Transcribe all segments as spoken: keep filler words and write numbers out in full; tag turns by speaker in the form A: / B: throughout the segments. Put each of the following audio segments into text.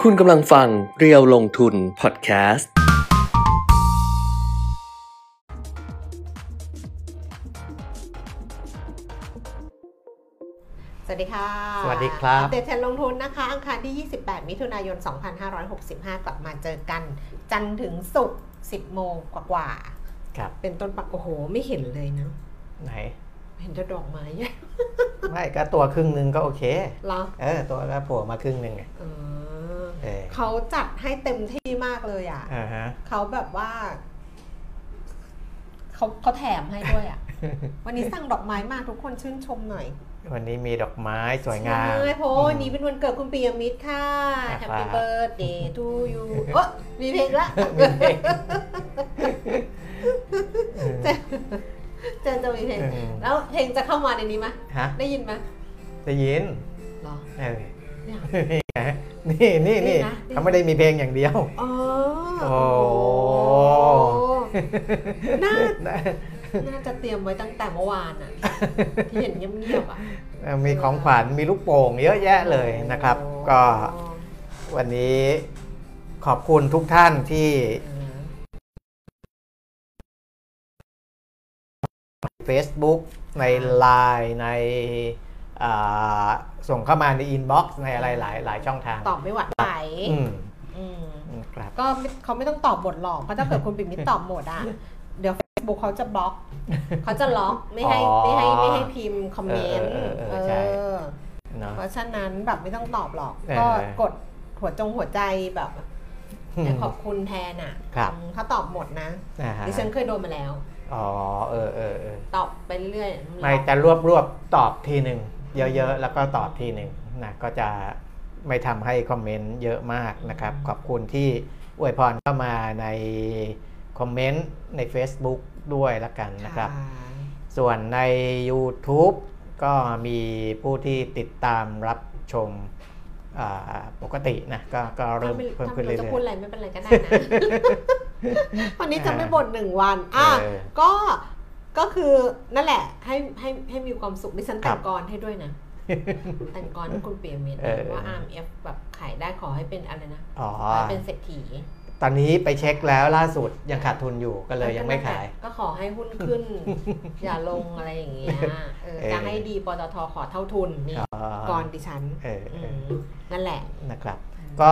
A: คุณกำลังฟังเรียวลงทุนพอดแคสต์
B: สวัสดีค่ะ
C: สวัสดีครับ
B: อัปเดตเทรนด์ลงทุนนะคะอังคารที่ยี่สิบแปดมิถุนายนสองพันห้าร้อยหกสิบห้ากลับมาเจอกันจันทร์ถึงศุกร์สิบโมงกว่าๆ
C: ครับ
B: เป็นต้นปักโอ้โหไม่เห็นเลยนะ
C: ไหน
B: เห็นแต่ดอกไม้
C: ไม่ก็ตัวครึ่งนึงก็โอเค
B: เหรอ
C: เออตัวก็โผล่มาครึ่งนึงไง
B: เออเออเขาจัดให้เต็มที่มากเลยอ่ะ
C: อ่าฮะ
B: เขาแบบว่าเขาเขาแถมให้ด้วยอ่ะ วันนี้สั่งดอกไม้มากทุกคนชื่นชมหน่อย
C: วันนี้มีดอกไม้สวยงาม
B: ใช่เพราะวันนี้เป็นวันเกิดคุณปิยมิตรค่ะ Happy Birthday to you โอ๊ะมีเพลงละเจนจะมีเพลงแล้วเพลงจะเข้ามาในนี้ไหมได้ยินไหม
C: ได้ยิน
B: หรอ
C: เออนี่นี่นี่เขาไม่ได้มีเพลงอย่างเดียว
B: อ๋อ
C: โอ้
B: น่าน่าจะเตรียมไว้ตั้งแต่เมื่อวานอ่ะที่เห็นเงียบๆอ่ะ
C: มีของขวัญมีลูกโป่งเยอะแยะเลยนะครับก็วันนี้ขอบคุณทุกท่านที่Facebook ใน ไลน์ ในส่งเข้ามาในอินบ็อกซ์ในอะไรหลายหลายช่องทาง
B: ตอบไม่หวั่นไหวก็เขาไม่ต้องตอบหมดหรอกเพราะถ้าเกิดคุณปิ่มมิตรตอบหมดอ่ะเดี๋ยว Facebook เขาจะบล็อกเขาจะล็อกไม่ให้ไม่ให้ไม่ให้พิมพ์คอมเมนต์เพราะฉะนั้นแบบไม่ต้องตอบหรอกก็กดหัวจงหัวใจแบบขอบคุณแทนอ่ะถ้าตอบหมดนะดิฉันเคยโดนมาแล้ว
C: อ๋อเออเออ
B: ตอบไปเรื่อย
C: ๆไม่แต่รวบรวบตอบทีหนึ่งเยอะๆแล้วก็ตอบทีหนึ่งนะก็จะไม่ทำให้คอมเมนต์เยอะมากนะครับขอบคุณที่อวยพรเข้ามาในคอมเมนต์ใน Facebook ด้วยละกันนะครับส่วนใน YouTube ก็มีผู้ที่ติดตามรับชมปกตินะก็ก็เริ่มเพิ่มขึ้นเรื่อยๆ
B: จะพูดอะไรไม่เป็นไรก็ได้นะวันนี้จะไม่บ่นหนึ่งวันอ่ะก็ก็คือนั่นแหละให้ให้ให้มีความสุขดิฉันแต่งกรให้ด้วยนะแต่งกรให้คุณเปียมิตรว่า อาร์ เอ็ม เอฟ แบบขายได้ขอให้เป็นอะไรนะเป็นเศรษฐี
C: ตอนนี้ไปเช็คแล้วล่าสุดยังขาดทุนอยู่ก็เลยยังไม่ขาย
B: ก็ขอให้หุ้นขึ้นอย่าลงอะไรอย่างเงี้ยจะให้ดีปตท.ขอเท่าทุนนี่ก่อนดิฉันนั่นแหละ
C: นะครับก็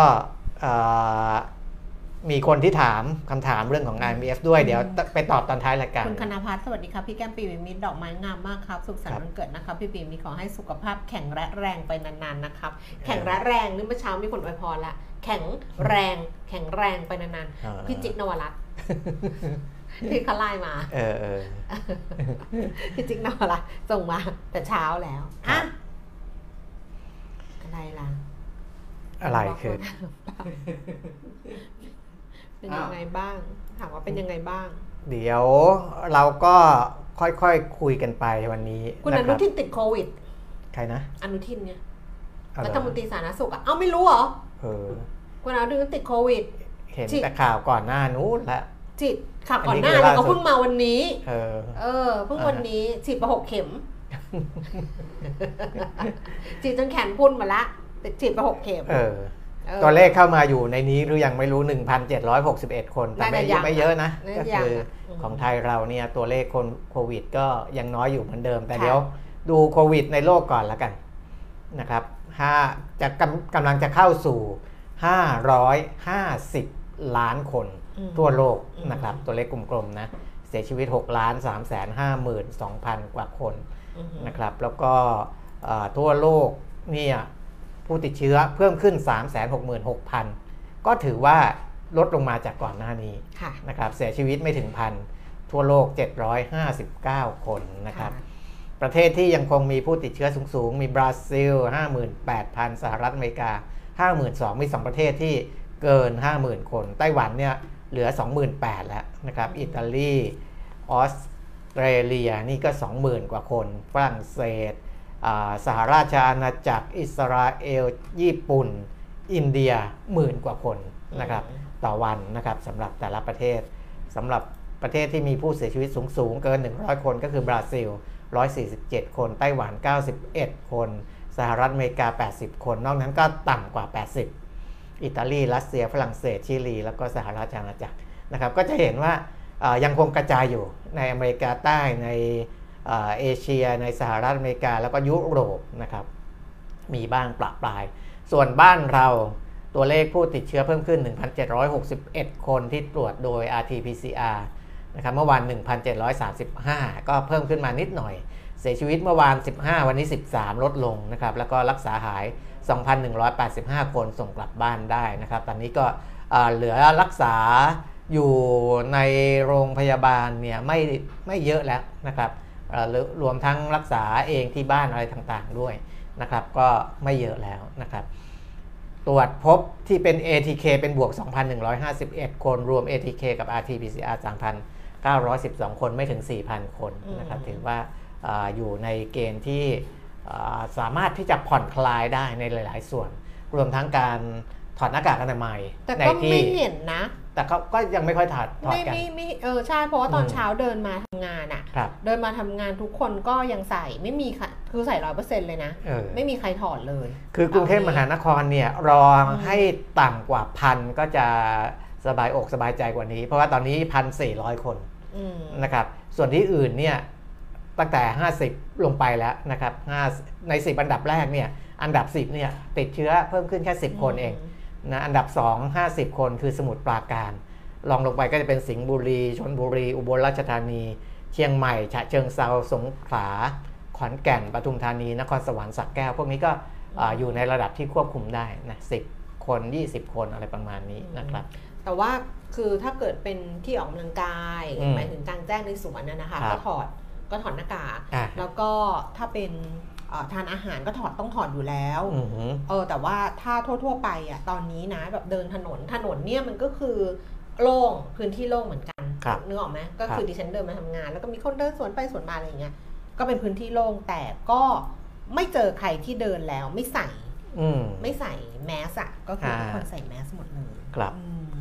C: มีคนที่ถามคำถามเรื่องของ อาร์ เอ็ม เอฟ ด้วยเดี๋ยวไปตอบตอนท้ายรายการ
B: คุณคณภัทรสวัสดีครับพี่แก้มปีมิตรดอกไม้งามมากครับสุขสันต์วันเกิดนะครับพี่ปีมิตรขอให้สุขภาพแข็งและแรงไปนานๆนะครับแข็งและแรงนี่เมื่อเช้ามีคนอวยพรละแข็งแรงแข็งแรงไปนานๆพี่จิ๊กนวรัตน์ที่เขาไล่มา
C: เออเออ
B: พี่จิ๊กนวรัตน์ส่งมาแต่เช้าแล้วอ่ะอะไรล่ะ
C: อะไรคือ
B: เป็นยังไงบ้างถามว่าเป็นยังไงบ้าง
C: เดี๋ยวเราก็ค่อยๆ ค, คุยกันไปวันนี้
B: คุณอนุทินติดโควิด
C: ใครนะ
B: อนุทินเนี่ยรัฐมนตรีสาธารณสุขอ่ะเอ้าไม่รู้เหรอ
C: เออ
B: คุณอนุทินติดโควิด
C: เห็นแต่ข่าวก่อนหน้านู้นละ
B: ฉีดข่าวก่อนหน้าแล้วก็เพิ่งมาวันนี้
C: เออ
B: เออเพิ่งวันนี้ฉีดไปหกเข็มฉีดจนแขนพุ่นมาละแต่ฉีดไปหกเข็ม
C: เออตัวเลขเข้ามาอยู่ในนี้หรือยังไม่รู้ หนึ่งพันเจ็ดร้อยหกสิบเอ็ด คนแต่ไม่ไม่เยอะนะก็คือของไทยเราเนี่ยตัวเลขคนโควิดก็ยังน้อยอยู่เหมือนเดิมแต่เดี๋ยวดูโควิดในโลกก่อนละกันนะครับห้าจะกำกำลังจะเข้าสู่ห้าร้อยห้าสิบล้านคนทั่วโลกนะครับตัวเลขกลมๆนะเสียชีวิตหกล้านสามแสนห้าหมื่นสองพันกว่าคนนะครับแล้วก็ทั่วโลกเนี่ยผู้ติดเชื้อเพิ่มขึ้น สามแสนหกหมื่นหกพัน ก็ถือว่าลดลงมาจากก่อนหน้านี้นะครับเสียชีวิตไม่ถึงพันทั่วโลกเจ็ดร้อยห้าสิบเก้าคนนะครับประเทศที่ยังคงมีผู้ติดเชื้อสูงๆมีบราซิล ห้าหมื่นแปดพัน สหรัฐอเมริกา ห้าหมื่นสองพัน มีสองประเทศที่เกิน ห้าหมื่น คนไต้หวันเนี่ยเหลือ สองหมื่นแปดพัน แล้วนะครับอิตาลีออสเตรเลียนี่ก็ สองหมื่น กว่าคนฝรั่งเศสสหราชอาณาจักรอิสราเอลญี่ปุ่นอินเดียหมื่นกว่าคนนะครับต่อวันนะครับสำหรับแต่ละประเทศสำหรับประเทศที่มีผู้เสียชีวิตสูงๆเกินหนึ่งร้อยคนก็คือบราซิลหนึ่งร้อยสี่สิบเจ็ดคนไต้หวันเก้าสิบเอ็ดคนสหรัฐอเมริกาแปดสิบคนนอกนั้นก็ต่ำกว่าแปดสิบอิตาลีรัสเซียฝรั่งเศสชิลีแล้วก็สหราชอาณาจักรนะครับก็จะเห็นว่ายังคงกระจายอยู่ในอเมริกาใต้ในเอเชียในสหรัฐอเมริกาแล้วก็ยุโรปนะครับมีบ้างประปรายส่วนบ้านเราตัวเลขผู้ติดเชื้อเพิ่มขึ้น หนึ่งพันเจ็ดร้อยหกสิบเอ็ด คนที่ตรวจโดย อาร์ ที พี ซี อาร์ นะครับเมื่อวาน หนึ่งพันเจ็ดร้อยสามสิบห้า ก็เพิ่มขึ้นมานิดหน่อยเสียชีวิตเมื่อวานสิบห้าวันนี้สิบสามลดลงนะครับแล้วก็รักษาหาย สองพันหนึ่งร้อยแปดสิบห้า คนส่งกลับบ้านได้นะครับตอนนี้ก็เหลือรักษาอยู่ในโรงพยาบาลเนี่ยไม่ไม่เยอะแล้วนะครับรวมทั้งรักษาเองที่บ้านอะไรต่างๆด้วยนะครับก็ไม่เยอะแล้วนะครับตรวจพบที่เป็น เอ ที เค เป็นบวก สองพันหนึ่งร้อยห้าสิบเอ็ด คนรวม เอ ที เค กับ อาร์ ที พี ซี อาร์ สามพันเก้าร้อยสิบสอง คนไม่ถึง สี่พัน คนนะครับถือว่า อ, อยู่ในเกณฑ์ที่สามารถที่จะผ่อนคลายได้ในหลายๆส่วนรวมทั้งการถอดหน้ากากอนามัย
B: แต่ก็ไม่เห็นนะ
C: แต่เขาก็ยังไม่ค่อยถอดถอดกัน
B: ไม่ไม่เออใช่เพราะว่าตอนเช้าเดินมาทำงานอ่ะเดินมาทำงานทุกคนก็ยังใส่ไม่มีค่ะคือใส่ร้อยเปอร์เซ็นต์เลยนะไม่มีใครถอดเลย
C: คือกรุงเทพมหานครเนี่ยรอให้ต่ำกว่าพันก็จะสบายอกสบายใจกว่านี้เพราะว่าตอนนี้ หนึ่งพันสี่ร้อย คนนะครับส่วนที่อื่นเนี่ยตั้งแต่ห้าสิบลงไปแล้วนะครับในสิบอันดับแรกเนี่ยอันดับสิบเนี่ยติดเชื้อเพิ่มขึ้นแค่สิบคนเองนะอันดับสอง ห้าสิบคนคือสมุทรปราการรองลงไปก็จะเป็นสิงห์บุรีชลบุรีอุบลราชธานีเชียงใหม่ฉะเชิงเทราสงขลาขอนแก่นปทุมธานีนครสวรรค์สระแก้วพวกนี้ก็ อ, อยู่ในระดับที่ควบคุมได้นะสิบคนยี่สิบคนอะไรประมาณนี้นะครับ
B: แต่ว่าคือถ้าเกิดเป็นที่ออกกำลังกายหมายถึงกลางแจ้งในสวนนะคะก็ถอดก็ถอดหน้ากากแล้วก็ถ้าเป็นทานอาหารก็ถอดต้องถอดอยู่แล้วเออแต่ว่าถ้าทั่วๆไปอ่ะตอนนี้นะแบบเดินถนนถนนเนี่ยมันก็คือโล่งพื้นที่โล่งเหมือนกันนึกออกไหมก็คือดิฉันเดินมาทำงานแล้วก็มีคนเดินสวนไปสวนมาอะไรอย่างเงี้ยก็เป็นพื้นที่โล่งแต่ก็ไม่เจอใครที่เดินแล้วไม่ใส่ไม่ใส่แมสอะก็คือทุกคนใส่แมสหมดเลย
C: ครับ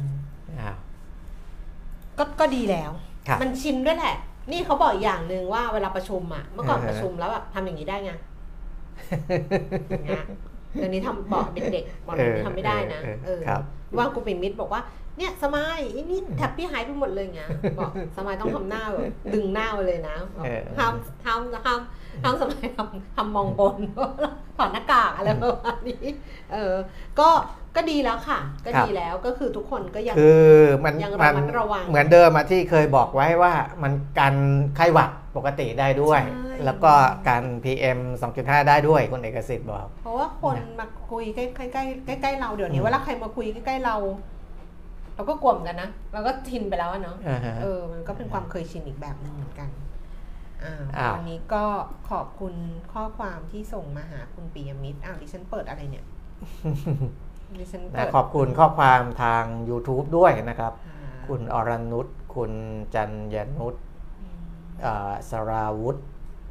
B: ก็ก็ดีแล้วมันชินด้วยแหละนี่เขาบอกอย่างหนึ่งว่าเวลาประชุมอ่ะเมื่อก่อนประชุมแล้วแบบทำอย่างนี้ได้ไงอย่างเงี้ยเดี๋ยวนี้ทำบอกเด็กๆบอกเด็กทำไม่ได้นะเออว่ากูเป็นมิตรบอกว่าเนี่ยสมัยนี่แท็บพี่หายไปหมดเลยเงี้ยบอกสมัยต้องทำหน้าแบบดึงหน้าไปเลยนะห้ามห้ามห้ามห้ามสมัยทำทำมองบนถอดหน้ากากอะไรประมาณนี้เออก็ก็ดีแล้วค่ะก็ดีแล้วก็คือทุกคนก็ยัง
C: คือมันยังระมัดระวังเหมือนเดิมที่เคยบอกไว้ว่ามันกันไข้หวัดปกติได้ด้วยแล้วก็การ พี เอ็ม สองจุดห้า ได้ด้วยคุณเอกสิทธิ์บอก
B: เพราะว่าคนมาคุยใกล้ใกล้ใกล้ใกล้เราเดี๋ยวนี้เวลาใครมาคุยใกล้ๆเราเราก็กลัวเหมือนกันนะเราก็ชินไปแล้วเนาะเออมันก็เป็นความเคยชินอีกแบบนึงเหมือนกันอ่าวันนี้ก็ขอบคุณข้อความที่ส่งมาหาคุณปิยมิตรอ้าวดิฉันเปิดอะไรเนี่ยดิฉันเปิด
C: ขอบคุณข้อความทาง YouTube ด้วยนะครับคุณอรนุชคุณจันยนุชสราวุธ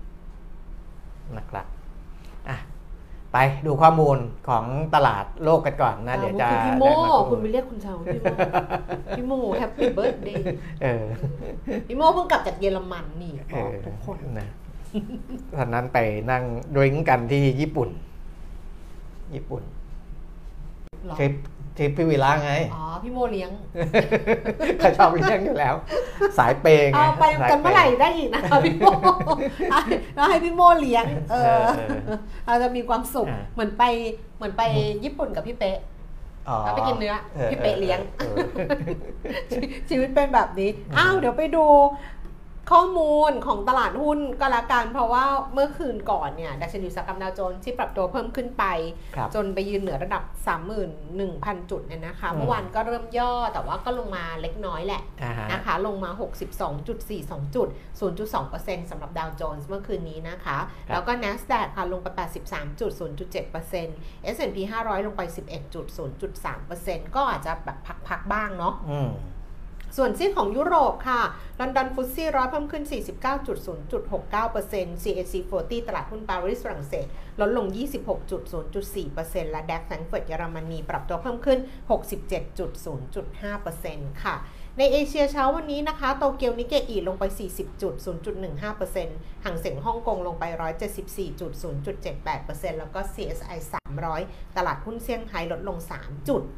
C: นะครับอ่ะไปดูข้อมูลของตลาดโลกกันก่อนนะเดี๋ยวจะ
B: พี่โมคุณไปเรียกคุณชาวพี่โมพี่โมแฮปปี้เบิร์ธเดย์พี่โมเพิ่งกลับจากเยอรมันนี่บอกทุกคน
C: นะตอนนั้นไปนั่งดริ้งกันที่ญี่ปุ่นญี่ปุ่นทริปทริปพี่วิลาไง
B: อ๋อพี่โมเลี้ยง
C: เขาชอบเลี้ยงอยู่แล้วสายเปย์ไง
B: เอาไปกันเมื่อไหร่ได้อีกนะพี่โมแล้วให้พี่โมเลี้ยงเออเราจะมีความสุขเหมือนไปเหมือนไปญี่ปุ่นกับพี่เป๊ะแล้วไปกินเนื้อพี่เป๊ะเลี้ยงชีวิตเป็นแบบนี้อ้าวเดี๋ยวไปดูข้อมูลของตลาดหุ้นก็แล้วกันเพราะว่าเมื่อคืนก่อนเนี่ยดัชนีอุตสาหกรรมดาวโจนส์ที่ปรับตัวเพิ่มขึ้นไปจนไปยืนเหนือระดับ สามหมื่นหนึ่งพัน จุดเนี่ยนะคะเมื่อวานก็เริ่มย่อแต่ว่าก็ลงมาเล็กน้อยแหละนะคะลงมา หกสิบสองจุดสี่สอง จุด ศูนย์จุดสองเปอร์เซ็นต์ สำหรับดาวโจนส์เมื่อคืนนี้นะคะแล้วก็ NASDAQ ค่ะลงไป แปดสิบสามจุดศูนย์จุดเจ็ดเปอร์เซ็นต์ เอส แอนด์ พี ห้าร้อยลงไป สิบเอ็ดจุดศูนย์จุดสามเปอร์เซ็นต์ ก็อาจจะแบบพักๆบ้างเนาะส่วนซีกของยุโรปค่ะลอนดอนฟุตซี่ร้อยเพิ่มขึ้น สี่สิบเก้าจุดศูนย์จุดหกเก้าเปอร์เซ็นต์ ซี เอ ซี สี่สิบ ตลาดหุ้นปารีสฝรั่งเศสลดลง ยี่สิบหกจุดศูนย์จุดสี่เปอร์เซ็นต์ และ ดัค แฟรงก์เฟิร์ตเยอรมนีปรับตัวเพิ่มขึ้น หกสิบเจ็ดจุดศูนย์จุดห้าเปอร์เซ็นต์ ค่ะในเอเชียเช้าวันนี้นะคะโตเกียวนิเกอิลงไป สี่สิบจุดศูนย์จุดหนึ่งห้าเปอร์เซ็นต์ หังเส็งฮ่องกงลงไป หนึ่งร้อยเจ็ดสิบสี่จุดศูนย์จุดเจ็ดแปดเปอร์เซ็นต์ แล้วก็ ซี เอส ไอ สามร้อยตลาดหุ้นเซี่ยงไฮ้ลดลง สามจุด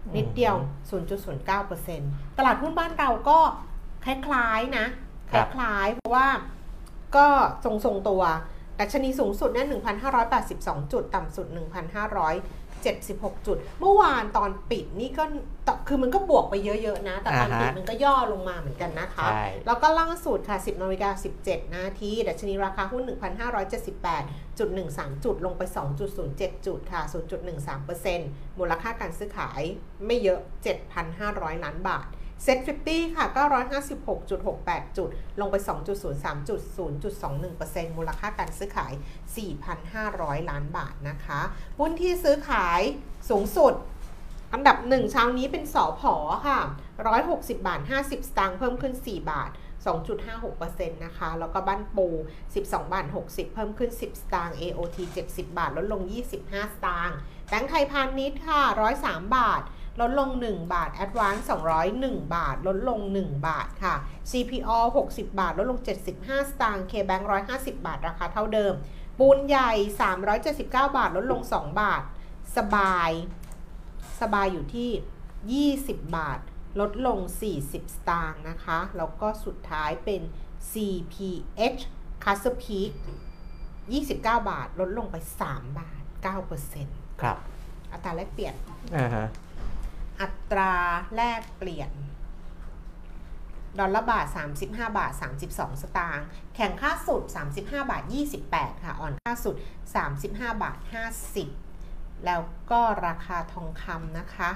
B: นิดเดียว ศูนย์จุดศูนย์เก้าเปอร์เซ็นต์ ตลาดหุ้นบ้านเราก็คล้ายๆนะคล้ายๆเพราะว่าก็ทรงๆตัวดัชนีสูงสุดเนี่ย หนึ่งพันห้าร้อยแปดสิบสอง จุดต่ำสุด หนึ่งพันห้าร้อยเจ็ดสิบหก จุดเมื่อวานตอนปิดนี่ก็คือมันก็บวกไปเยอะๆนะแต่ตอนปิดมันก็ย่อลงมาเหมือนกันนะคะแล้วก็ล่าสุดค่ะ สิบนาฬิกาสิบเจ็ดนาทีดัชนีราคาหุ้น หนึ่งพันห้าร้อยเจ็ดสิบแปดจุดหนึ่งสาม จุดลงไป สองจุดศูนย์เจ็ด จุดค่ะ ศูนย์จุดหนึ่งสามเปอร์เซ็นต์ มูลค่าการซื้อขายไม่เยอะ เจ็ดพันห้าร้อย ล้านบาทเซ็ต ห้าสิบ ค่ะ เก้าร้อยห้าสิบหกจุดหกแปด จุดลงไป สองจุดศูนย์สาม จุด ศูนย์จุดสองหนึ่งเปอร์เซ็นต์ มูลค่าการซื้อขาย สี่พันห้าร้อย ล้านบาทนะคะหุ้นที่ซื้อขายสูงสุดอันดับหนึ่งเช้านี้เป็นสผ.ค่ะหนึ่งร้อยหกสิบบาทห้าสิบสตางค์เพิ่มขึ้นสี่บาท สองจุดห้าหกเปอร์เซ็นต์ นะคะแล้วก็บ้านปูสิบสองบาทหกสิบเพิ่มขึ้นสิบสตางค์ เอ โอ ที เจ็ดสิบบาทลดลงยี่สิบห้าสตางค์แบงก์ไทยพาณิชย์ค่ะหนึ่งร้อยสามบาทลดลงหนึ่งบาท Advance สองร้อยเอ็ดบาทลดลงหนึ่งบาทค่ะ ซี พี โอ หกสิบบาทลดลงเจ็ดสิบห้าสตางค์ K-Bank หนึ่งร้อยห้าสิบบาทราคาเท่าเดิมปูนใหญ่สามร้อยเจ็ดสิบเก้าบาทลดลงสองบาทสบายสบายอยู่ที่ยี่สิบบาทลดลงสี่สิบสตางค์นะคะแล้วก็สุดท้ายเป็น ซี พี เอช Chesapeake ยี่สิบเก้าบาทลดลงไปสามบาท เก้าเปอร์เซ็นต์
C: ครับ
B: อัตราแลกเปลี่ยน
C: อ่าฮะ
B: อัตราแลกเปลี่ยนดอลลาร์บาทสามสิบห้าบาทสามสิบสองสตางค์แข่งค่าสุดสามสิบห้าบาทยี่สิบแปดค่ะอ่อนค่าสุดสามสิบห้าบาทห้าสิบแล้วก็ราคาทองคำนะคะ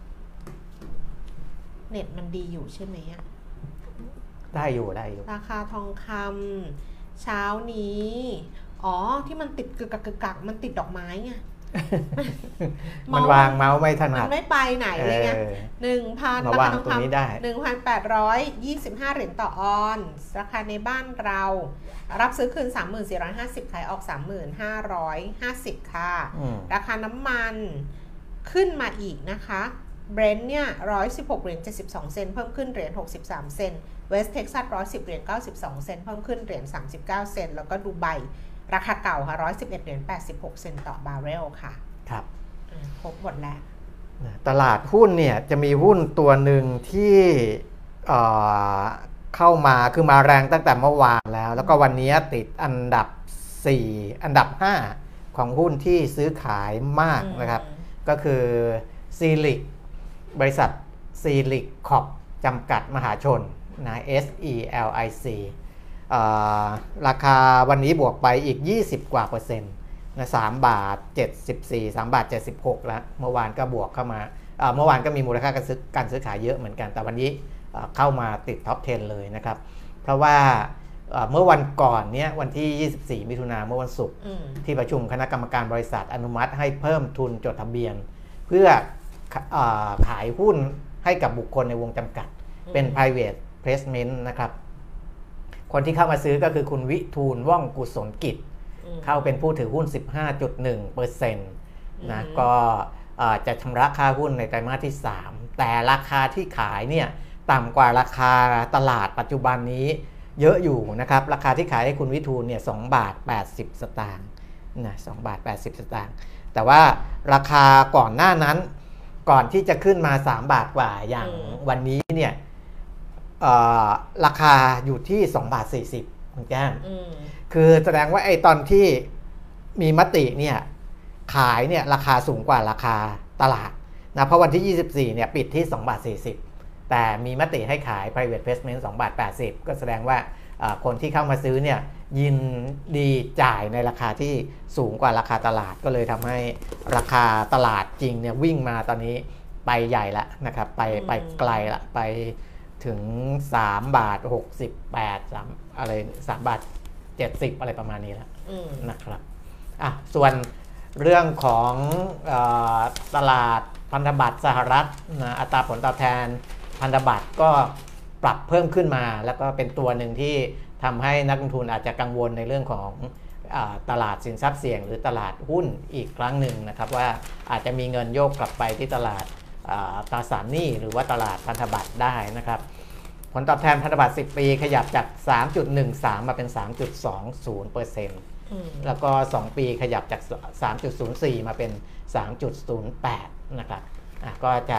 B: เน็ตมันดีอยู่ใช่ไหมอะ
C: ได้อยู่ได้อยู่
B: ราคาทองคำเช้านี้อ๋อที่มันติดกึกกักกึกกักมันติดดอกไม้ไง
C: มันวางเมาส์ไม่ถนัด
B: มันไม่ไปไหนเลยไงหนึ่งพัน
C: ราคาทองคำ
B: หนึ่งพันแปดร้อยยี่สิบห้าเหรียญต่อออนซ์ราคาในบ้านเรารับซื้อคืน สามพันสี่ร้อยห้าสิบ ขายออก สามพันห้าร้อยห้าสิบ ค่ะราคาน้ำมันขึ้นมาอีกนะคะเบรนท์เนี่ยหนึ่งร้อยสิบหกเหรียญเจ็ดสิบสองเซนต์เพิ่มขึ้นเหรียญหกสิบสามเซนต์เวสต์เท็กซัสหนึ่งร้อยสิบเหรียญเก้าสิบสองเซนต์เพิ่มขึ้นเหรียญสามสิบเก้าเซนต์แล้วก็ดูไบราคาเก่าค่ะหนึ่งร้อยสิบเอ็ดเหรียญแปดสิบหกเซนต์ต่อบาร์เรลค่ะ
C: ครับ
B: ครบหมดแล้ว
C: ตลาดหุ้นเนี่ยจะมีหุ้นตัวหนึ่งที่เอ่อเข้ามาคือมาแรงตั้งแต่เมื่อวานแล้วแล้วก็วันนี้ติดอันดับสี่อันดับห้าของหุ้นที่ซื้อขายมากนะครับก็คือซีลิกบริษัทซีลิกคอร์ปจำกัดมหาชนนะ เอส อี แอล ไอ ซี ราคาวันนี้บวกไปอีกยี่สิบกว่าเปอร์เซ็นต์นะสามบาทเจ็ดสิบสี่ สามบาทเจ็ดสิบหกแล้วเมื่อวานก็บวกเข้ามาเมื่อวานก็มีมูลค่าการซื้อการซื้อขายเยอะเหมือนกันแต่วันนี้เข้ามาติดท็อปสิบเลยนะครับเพราะว่าเมื่อวันก่อนเนี้ยวันที่ยี่สิบสี่มิถุนายนเมื่อวันศุกร์ที่ประชุมคณะกรรมการบริษัทอนุมัติให้เพิ่มทุนจดทะเบียนเพื่อขายหุ้นให้กับบุคคลในวงจำกัดเป็น private placement นะครับคนที่เข้ามาซื้อก็คือคุณวิทูลว่องกุศลกิจเข้าเป็นผู้ถือหุ้น สิบห้าจุดหนึ่งเปอร์เซ็นต์ นะก็จะชำระค่าหุ้นในไตรมาสที่สามแต่ราคาที่ขายเนี่ยต่ำกว่าราคาตลาดปัจจุบันนี้เยอะอยู่นะครับราคาที่ขายให้คุณวิทูลเนี่ยสองบาทแปดสิบสตางค์นะสองบาทแปดสิบสตางค์แต่ว่าราคาก่อนหน้านั้นก่อนที่จะขึ้นมาสามบาทกว่าอย่างวันนี้เนี่ยราคาอยู่ที่สองบาทสี่สิบคุณแก้มคือแสดงว่าไอ้ตอนที่มีมติเนี่ยขายเนี่ยราคาสูงกว่าราคาตลาดนะเพราะวันที่ยี่สิบสี่เนี่ยปิดที่สองบาทสี่สิบแต่มีมติให้ขาย private placement สองบาทแปดสิบก็แสดงว่าคนที่เข้ามาซื้อเนี่ยยินดีจ่ายในราคาที่สูงกว่าราคาตลาดก็เลยทำให้ราคาตลาดจริงเนี่ยวิ่งมาตอนนี้ไปใหญ่ละนะครับไปไปไกลละไปถึงสามบาทหกสิบแปด สามอะไรสามบาทเจ็ดสิบอะไรประมาณนี้แล้วนะครับอ่ะส่วนเรื่องของเอ่อตลาดพันธบัตรสหรัฐนะอัตราผลตอบแทนพันธบัตรก็ปรับเพิ่มขึ้นมาแล้วก็เป็นตัวหนึ่งที่ทำให้นักลงทุนอาจจะกังวลในเรื่องของอ่าตลาดสินทรัพย์เสี่ยงหรือตลาดหุ้นอีกครั้งหนึ่งนะครับว่าอาจจะมีเงินโยกกลับไปที่ตลาดตราสารหนี้หรือว่าตลาดพันธบัตรได้นะครับผลตอบแทนพันธบัตรสิบปีขยับจาก สามจุดหนึ่งสาม มาเป็น สามจุดสองศูนย์เปอร์เซ็นต์ แล้วก็สองปีขยับจาก สามจุดศูนย์สี่ มาเป็น สามจุดศูนย์แปด นะครับอ่ะก็จะ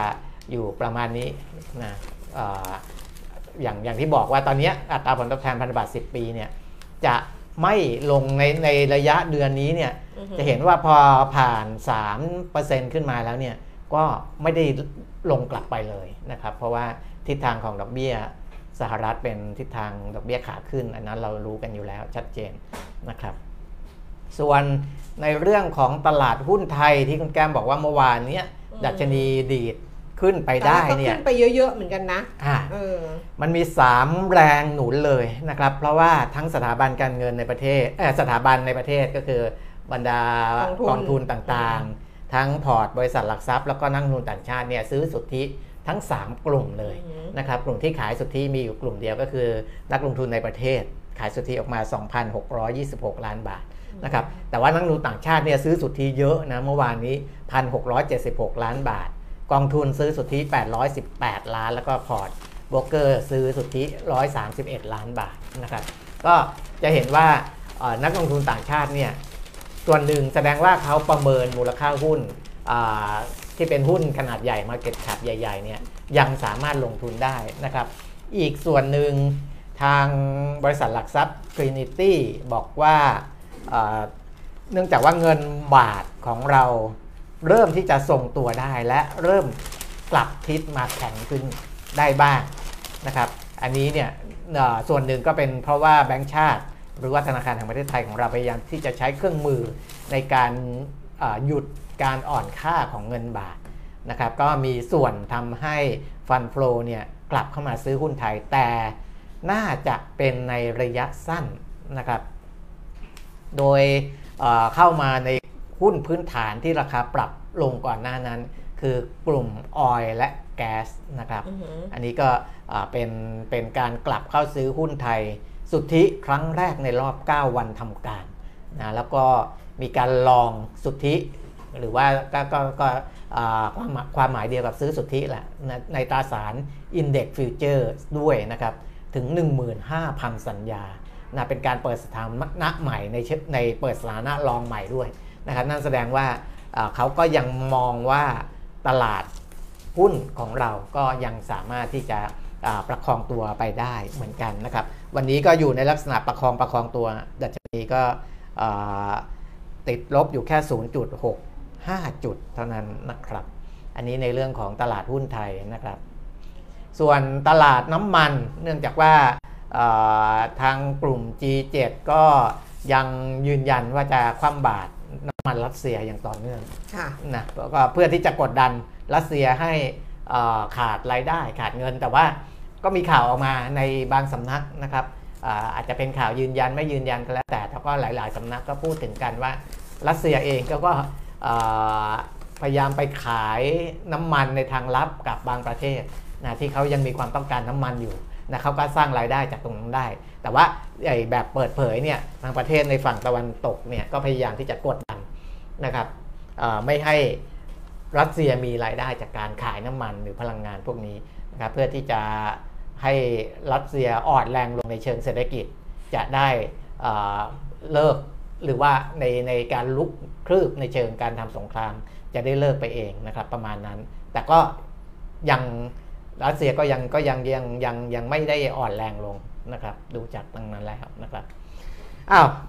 C: อยู่ประมาณนี้นะอย่างอย่างที่บอกว่าตอนนี้อัตราผลตอบแทนพันธบัตรสิบปีเนี่ยจะไม่ลงในในระยะเดือนนี้เนี่ย uh-huh. จะเห็นว่าพอผ่าน สามเปอร์เซ็นต์ ขึ้นมาแล้วเนี่ยก็ไม่ได้ลงกลับไปเลยนะครับเพราะว่าทิศทางของดอกเบี้ยสหรัฐเป็นทิศทางดอกเบี้ยขาขึ้นอันนั้นเรารู้กันอยู่แล้วชัดเจนนะครับส่วนในเรื่องของตลาดหุ้นไทยที่คุณแก้มบอกว่าเมื่อวานนี้ดัชนีดีดขึ้นไปได้เนี่ย
B: ขึ้นไปเยอะๆเหมือนกันนะ
C: เออมันมีสามแรงหนุนเลยนะครับเพราะว่าทั้งสถาบันการเงินในประเทศเออสถาบันในประเทศก็คือบรรดากองทุนต่างๆทั้งพอร์ตบริษัทหลักทรัพย์แล้วก็นักลงทุนต่างชาติเนี่ยซื้อสุทธิทั้งสามกลุ่มเลยนะครับกลุ่มที่ขายสุทธิมีอยู่กลุ่มเดียวก็คือนักลงทุนในประเทศขายสุทธิออกมา สองพันหกร้อยยี่สิบหก ล้านบาทนะครับแต่ว่านักลงทุนต่างชาติเนี่ยซื้อสุทธิเยอะนะเมื่อวานนี้ หนึ่งพันหกร้อยเจ็ดสิบหก ล้านบาทกองทุนซื้อสุทธิแปดร้อยสิบแปดล้านแล้วก็พอร์ตโบรกเกอร์ซื้อสุทธิหนึ่งร้อยสามสิบเอ็ดล้านบาทนะครับก็จะเห็นว่านักลงทุนต่างชาติเนี่ยส่วนหนึ่งแสดงว่าเขาประเมินมูลค่าหุ้นที่เป็นหุ้นขนาดใหญ่ Market Cap ใหญ่ๆเนี่ยยังสามารถลงทุนได้นะครับอีกส่วนหนึ่งทางบริษัทหลักทรัพย์ Trinity บอกว่าเนื่องจากว่าเงินบาทของเราเริ่มที่จะทรงตัวได้และเริ่มกลับทิศมาแข็งขึ้นได้บ้างนะครับอันนี้เนี่ยส่วนหนึ่งก็เป็นเพราะว่าแบงก์ชาติหรือว่าธนาคารแห่งประเทศไทยของเราพยายามที่จะใช้เครื่องมือในการหยุดการอ่อนค่าของเงินบาทนะครับก็มีส่วนทำให้ฟันโฟลเนี่ยกลับเข้ามาซื้อหุ้นไทยแต่น่าจะเป็นในระยะสั้นนะครับโดยเอ่อเข้ามาในหุ้นพื้นฐานที่ราคาปรับลงก่อนหน้านั้นคือกลุ่มออยล์และแก๊สนะครับ uh-huh. อันนี้ก็เป็นเป็นการกลับเข้าซื้อหุ้นไทยสุทธิครั้งแรกในรอบเก้าวันทำการนะแล้วก็มีการลองสุทธิหรือว่าก็ก็ก็ความความหมายเดียวกับซื้อสุทธิแหละในตราสาร Index Future ด้วยนะครับถึง หนึ่งหมื่นห้าพัน สัญญานะเป็นการเปิดสถานะใหม่ในในเปิดสถานะลองใหม่ด้วยนะครับนั่นแสดงว่าเขาก็ยังมองว่าตลาดหุ้นของเราก็ยังสามารถที่จะประคองตัวไปได้เหมือนกันนะครับวันนี้ก็อยู่ในลักษณะประคองประคองตัวดัชนีก็ติดลบอยู่แค่ ศูนย์จุดหกห้า จุดเท่านั้นนะครับอันนี้ในเรื่องของตลาดหุ้นไทยนะครับส่วนตลาดน้ำมันเนื่องจากว่าทางกลุ่ม จี เจ็ด ก็ยังยืนยันว่าจะคว่ำบาตรน้ำมันรัสเซียอย่างต่อเนื่องนะก็เพื่อที่จะกดดันรัสเซียให้ขาดรายได้ขาดเงินแต่ว่าก็มีข่าวออกมาในบางสำนักนะครับ อาจจะเป็นข่าวยืนยันไม่ยืนยันก็แล้วแต่แต่ก็หลายๆสำนักก็พูดถึงกันว่ารัสเซียเองก็พยายามไปขายน้ำมันในทางลับกับบางประเทศนะที่เขายังมีความต้องการน้ำมันอยู่นะเขาก็สร้างรายได้จากตรงนั้นได้แต่ว่าไอ้แบบเปิดเผยเนี่ยทางประเทศในฝั่งตะวันตกเนี่ยก็พยายามที่จะกดดันนะครับไม่ให้รัสเซียมีรายได้จากการขายน้ำมันหรือพลังงานพวกนี้นะครับเพื่อที่จะให้รัสเซียอ่อนแรงลงในเชิงเศรษฐกิจจะได้เลิกหรือว่าในในการลุกคลืบในเชิงการทำสงครามจะได้เลิกไปเองนะครับประมาณนั้นแต่ก็ยังรัสเซียก็ยังก็ยังยังยังยังไม่ได้อ่อนแรงลงนะครับดูจากตรงนั้นแล้วนะครับอ้าว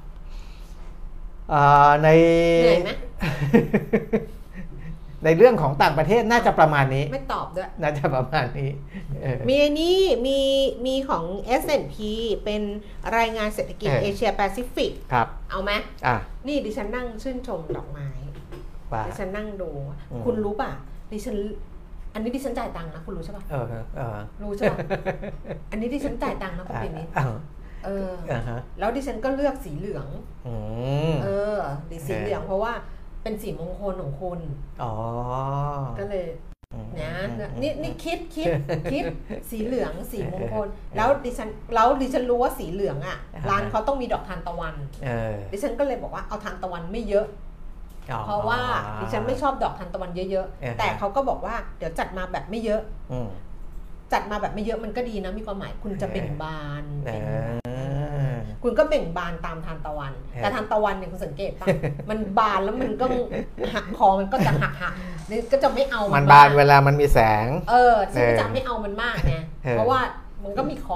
C: ใน
B: เหนื่อยไหม
C: ในเรื่องของต่างประเทศน่าจะประมาณนี้
B: ไม่ตอบด้วย
C: น่าจะประมาณนี้
B: มีอันนี้มีมีของ เอส แอนด์ พี เป็นรายงานเศรษฐกิจเอเชียแปซิฟิก
C: ครับ
B: เอาไหม
C: อ่ะ
B: นี่ดิฉันนั่งชื่นชมดอกไม้ดิฉันนั่งดูคุณรู้ป่ะดิฉันอันนี้ดิฉันจ่ายตังค์นะคุณรู้ใช่ป่ะ
C: เออเออ
B: รู้ใช่ป่ะอันนี้ดิฉันจ่ายตังค์นะคุณปีนี้เออแล้วดิฉันก็เลือกสีเหลืองเออสีเหลืองเพราะว่าเป็นสีมงคลของคุณ
C: อ๋อ
B: ก็เลยนะนี่นี่คิดคิดคิดสีเหลืองสีมงคลแล้วดิฉันแล้วดิฉันรู้ว่าสีเหลืองอ่ะร้านเขาต้องมีดอกทานตะวันดิฉันก็เลยบอกว่าเอาทานตะวันไม่เยอะเพราะว่าดิฉันไม่ชอบดอกทานตะวันเยอะๆแต่เขาก็บอกว่าเดี๋ยวจัดมาแบบไม่เยอะจัดมาแบบไม่เยอะมันก็ดีนะมีความหมายคุณจะเบ่งบานคุณก็เบ่งบานตามทานตะวันแต่ทานตะวันเนี่ยคุณสังเกตป่ะมันบานแล้วมันก็หักคอมันก็จะหักหักนี่ก็จะไม่เอา
C: มันบานเวลามันมีแสง
B: เออซึ่งจะไม่เอามันมากไงเพราะว่ามันก็มีคอ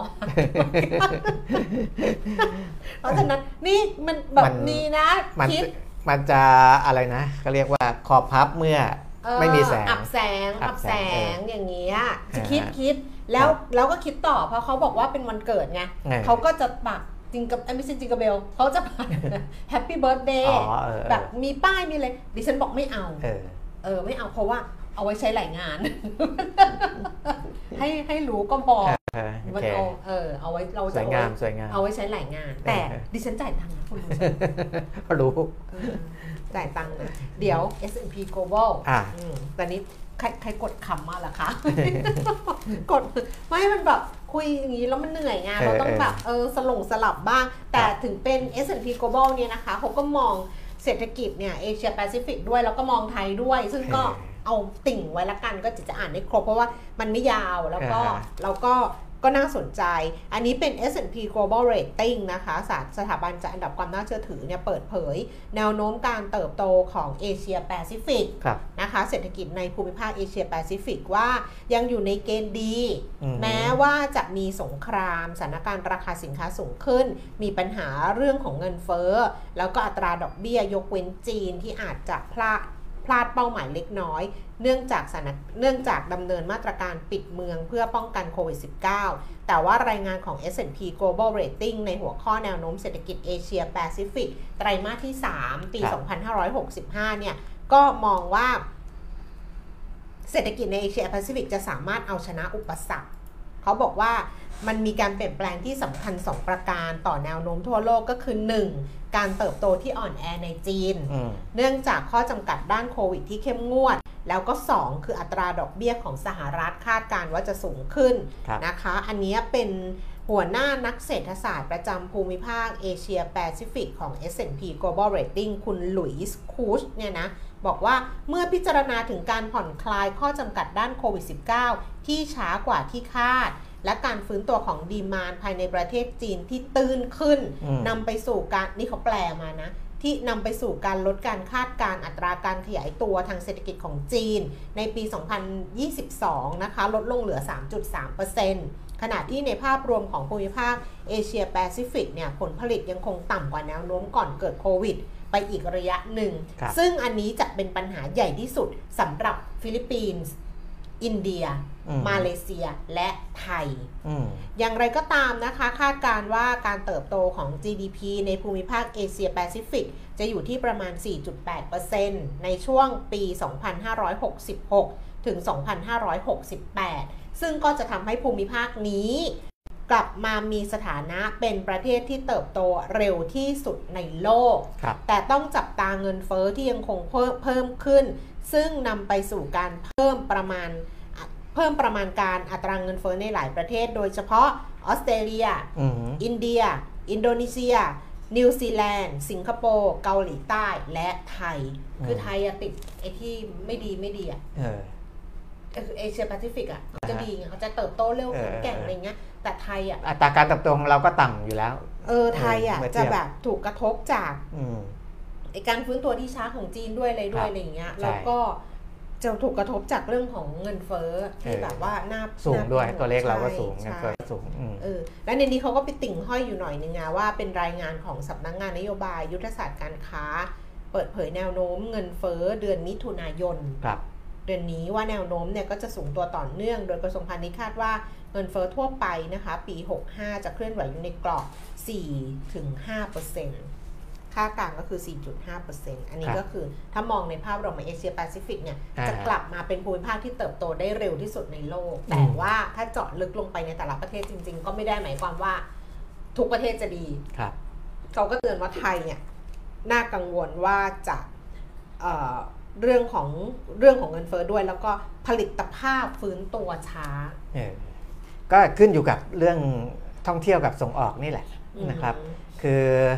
B: เพราะฉะนั้นนี่มันแบบนี้นะคิด
C: มันจะอะไรนะเขาเรียกว่าคอพับเมื่อไม่มีแสง
B: อับแสงอับแสงอย่างเงี้ยจะคิดคิดแล้วแล้วก็คิดต่อเพราะเขาบอกว่าเป็นวันเกิดไงเขาก็จะปักจริงกับไม่ใช่จริงกับเบลเขาจะปักแฮปปี้เบิร์ธเดย์แบบมีป้ายมีเลยดิฉันบอกไม่เอาเออไม่เอาเพราะว่าเอาไว้ใช้หลายงานให้ให้รู้ก็พอมันเอาเออเอาไว้เราจะเอาไว้ใช้หลายงานแต่ดิฉันจ่ายตังค์นะคุณ
C: รู้
B: จ่ายตังค์นะเดี๋ยว เอส แอนด์ พี Global อ่าตอนนี้ใครใครกดคำมาล่ะคะกดไม่มันแบบคุยอย่างนี้แล้วมันเหนื่อยไงเราต้องแบบเออสลงสลับบ้างแต่ถึงเป็น เอส แอนด์ พี Global เนี่ยนะคะเขาก็มองเศรษฐกิจเนี่ยเอเชียแปซิฟิกด้วยแล้วก็มองไทยด้วยซึ่งก็เอาติ่งไว้ละกันก็จะอ่านได้ครบเพราะว่ามันไม่ยาวแล้วก็แล้วก็ก็น่าสนใจอันนี้เป็น เอส แอนด์ พี Global Rating นะคะสถาบันจัดอันดับความน่าเชื่อถือเนี่ยเปิดเผยแนวโน้มการเติบโตของเอเชียแปซิฟิกนะคะเศรษฐกิจในภูมิภาคเอเชียแปซิฟิกว่ายังอยู่ในเกณฑ์ดีแม้ว่าจะมีสงครามสถานการณ์ราคาสินค้าสูงขึ้นมีปัญหาเรื่องของเงินเฟ้อแล้วก็อัตราดอกเบี้ยยกเว้นจีนที่อาจจะพลาดพลาดเป้าหมายเล็กน้อยเนื่องจากสถานเนื่องจากดำเนินมาตรการปิดเมืองเพื่อป้องกันโควิด สิบเก้า แต่ว่ารายงานของ เอส แอนด์ พี Global Rating ในหัวข้อแนวโน้มเศรษฐกิจเอเชียแปซิฟิกไตรมาสที่สามปีสองพันห้าร้อยหกสิบห้าเนี่ยก็มองว่าเศรษฐกิจในเอเชียแปซิฟิกจะสามารถเอาชนะอุปสรรคเขาบอกว่ามันมีการเปลี่ยนแปลงที่สำคัญสองประการต่อแนวโน้มทั่วโลกก็คือหนึ่งการเติบโตที่อ่อนแอในจีนเนื่องจากข้อจำกัดด้านโควิดที่เข้มงวดแล้วก็สองคืออัตราดอกเบี้ยของสหรัฐคาดการณ์ว่าจะสูงขึ้นนะคะอันนี้เป็นหัวหน้านักเศรษฐศาสตร์ประจำภูมิภาคเอเชียแปซิฟิกของ เอส แอนด์ พี Global Rating คุณหลุยส์คูชเนี่ยนะบอกว่าเมื่อพิจารณาถึงการผ่อนคลายข้อจำกัดด้านโควิด สิบเก้า ที่ช้ากว่าที่คาดและการฟื้นตัวของดีมานด์ภายในประเทศจีนที่ตื้นขึ้นนำไปสู่การนี่เขาแปลมานะที่นำไปสู่การลดการคาดการอัตราการขยายตัวทางเศรษฐกิจของจีนในปีสองพันยี่สิบสองนะคะลดลงเหลือ สามจุดสามเปอร์เซ็นต์ ขณะที่ในภาพรวมของภูมิภาคเอเชียแปซิฟิกเนี่ยผลผลิตยังคงต่ำกว่าแนวโน้มก่อนเกิดโควิดไปอีกระยะหนึ่งซึ่งอันนี้จะเป็นปัญหาใหญ่ที่สุดสำหรับฟิลิปปินส์อินเดียมาเลเซียและไทยอย่างไรก็ตามนะคะคาดการณ์ว่าการเติบโตของ จี ดี พี ในภูมิภาคเอเชียแปซิฟิกจะอยู่ที่ประมาณ สี่จุดแปดเปอร์เซ็นต์ ในช่วงปี สองพันห้าร้อยหกสิบหก ถึง สองพันห้าร้อยหกสิบแปด ซึ่งก็จะทำให้ภูมิภาคนี้กลับมามีสถานะเป็นประเทศที่เติบโตเร็วที่สุดในโลกแต่ต้องจับตาเงินเฟ้อที่ยังคงเพิ่มเพิ่มขึ้นซึ่งนำไปสู่การเพิ่มประมาณเพิ่มประมาณการอัตราเงินเฟ้อในหลายประเทศโดยเฉพาะออสเตรเลียอินเดียอินโดนีเซียนิวซีแลนด์สิงคโปร์เกาหลีใต้และไทยคือไทยอะติดไอ้ที่ไม่ดีไม่ดีอะเอเชียแปซิฟิกอะจะดีไงเขาจะเติบโตเร็วแข็งแกร่งอะไรเงี้ยแต่ไทยอะ
C: อัตราการเติบโตของเราก็ต่ำอยู่แล้ว
B: เออไทยอะจะแบบถูกกระทบจากไอ้การฟื้นตัวที่ช้าของจีนด้วยอะไรด้วยอะไรเงี้ยแล้วก็จะถูกกระทบจากเรื่องของเงินเฟ้อที่แบบว่าหน้า
C: สูงด้วยตัวเลขเราก็สูงเงินเฟ้อสูง
B: เออและในนี้เขาก็ไปติ่งห้อยอยู่หน่อยนึงนะว่าเป็นรายงานของสำนักงานนโยบายยุทธศาสตร์การค้าเปิดเผยแนวโน้มเงินเฟ้อเดือนมิถุนายนเดือนนี้ว่าแนวโน้มเนี่ยก็จะสูงตัวต่อเนื่องโดยกระทรวงพาณิชย์คาดว่าเงินเฟ้อทั่วไปนะคะปีหกสิบห้าจะเคลื่อนไหวอยู่ในกรอบ สี่ถึงห้าเปอร์เซ็นต์ ค่ากลางก็คือ สี่จุดห้าเปอร์เซ็นต์ อันนี้ก็คือถ้ามองในภาพรวมของเอเชียแปซิฟิกเนี่ยจะกลับมาเป็นภูมิภาคที่เติบโตได้เร็วที่สุดในโลกแต่ว่าถ้าเจาะลึกลงไปในแต่ละประเทศจริงๆก็ไม่ได้หมายความว่าทุกประเทศจะดีเขาก็เตือนว่าไทยเนี่ยน่ากังวลว่าจะเอ่อเรื่องของเรื่องของเงินเฟ้อด้วยแล้วก็ผลิตภาพฟื้นตัวช้า
C: ก็ขึ้นอยู่กับเรื่องท่องเที่ยวกับส่งออกนี่แหละนะครับคื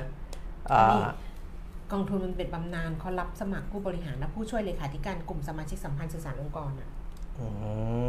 B: อกองทุนมันเป็นบำนาญเขารับสมัครผู้บริหารและผู้ช่วยเลขาธิการกลุ่มสมาชิกสัมพันธ์สื่อสารองค์กรอ่ะ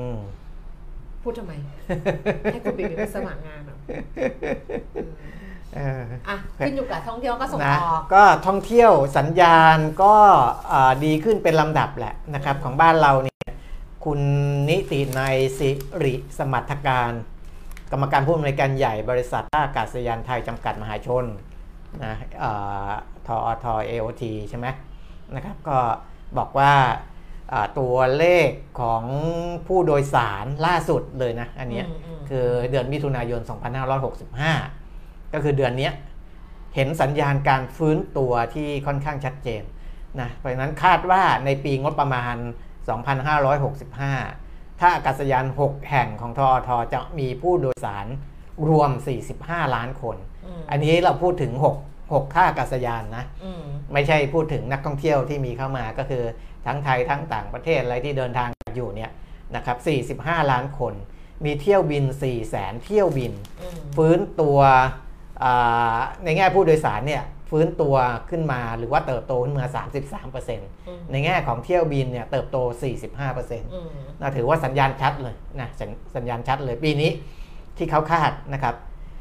B: พูดทำไม ให้คุณปิ๊กไปสมัครงานเหรออ่ะขึ้นอยู่กับท่องเที่ยวก็ส่งออก
C: ก็ท่องเที่ยวสัญญาณก็ดีขึ้นเป็นลำดับแหละนะครับของบ้านเราเนี่ยคุณนิตินัยศิริสมรรถการกรรมการผู้อำนวยการใหญ่บริษัทท่าอากาศยานไทยจำกัดมหาชนนะทอท เอ โอ ที ใช่ไหมนะครับก็บอกว่าตัวเลขของผู้โดยสารล่าสุดเลยนะอันนี้คือเดือนมิถุนายนสองพันห้าร้อยหกสิบห้าก็คือเดือนนี้เห็นสัญญาณการฟื้นตัวที่ค่อนข้างชัดเจนนะเพราะฉะนั้นคาดว่าในปีงบประมาณสองพันห้าร้อยหกสิบห้าถ้าอากาศยานหกแห่งของทอทจะมีผู้โดยสารรวมสี่สิบห้าล้านคนอันนี้เราพูดถึงหก หกท่าอากาศยานนะไม่ใช่พูดถึงนักท่องเที่ยวที่มีเข้ามาก็คือทั้งไทยทั้งต่างประเทศอะไรที่เดินทางอยู่เนี่ยนะครับสี่สิบห้าล้านคนมีเที่ยวบิน สี่แสน เที่ยวบินฟื้นตัวในแง่ผู้โดยสารเนี่ยฟื้นตัวขึ้นมาหรือว่าเติบโตขึ้นมา สามสิบสามเปอร์เซ็นต์ ในแง่ของเที่ยวบินเนี่ยเติบโต สี่สิบห้าเปอร์เซ็นต์ น่าถือว่าสัญญาณชัดเลยนะสัญญาณชัดเลยปีนี้ที่เขาคาดนะครับ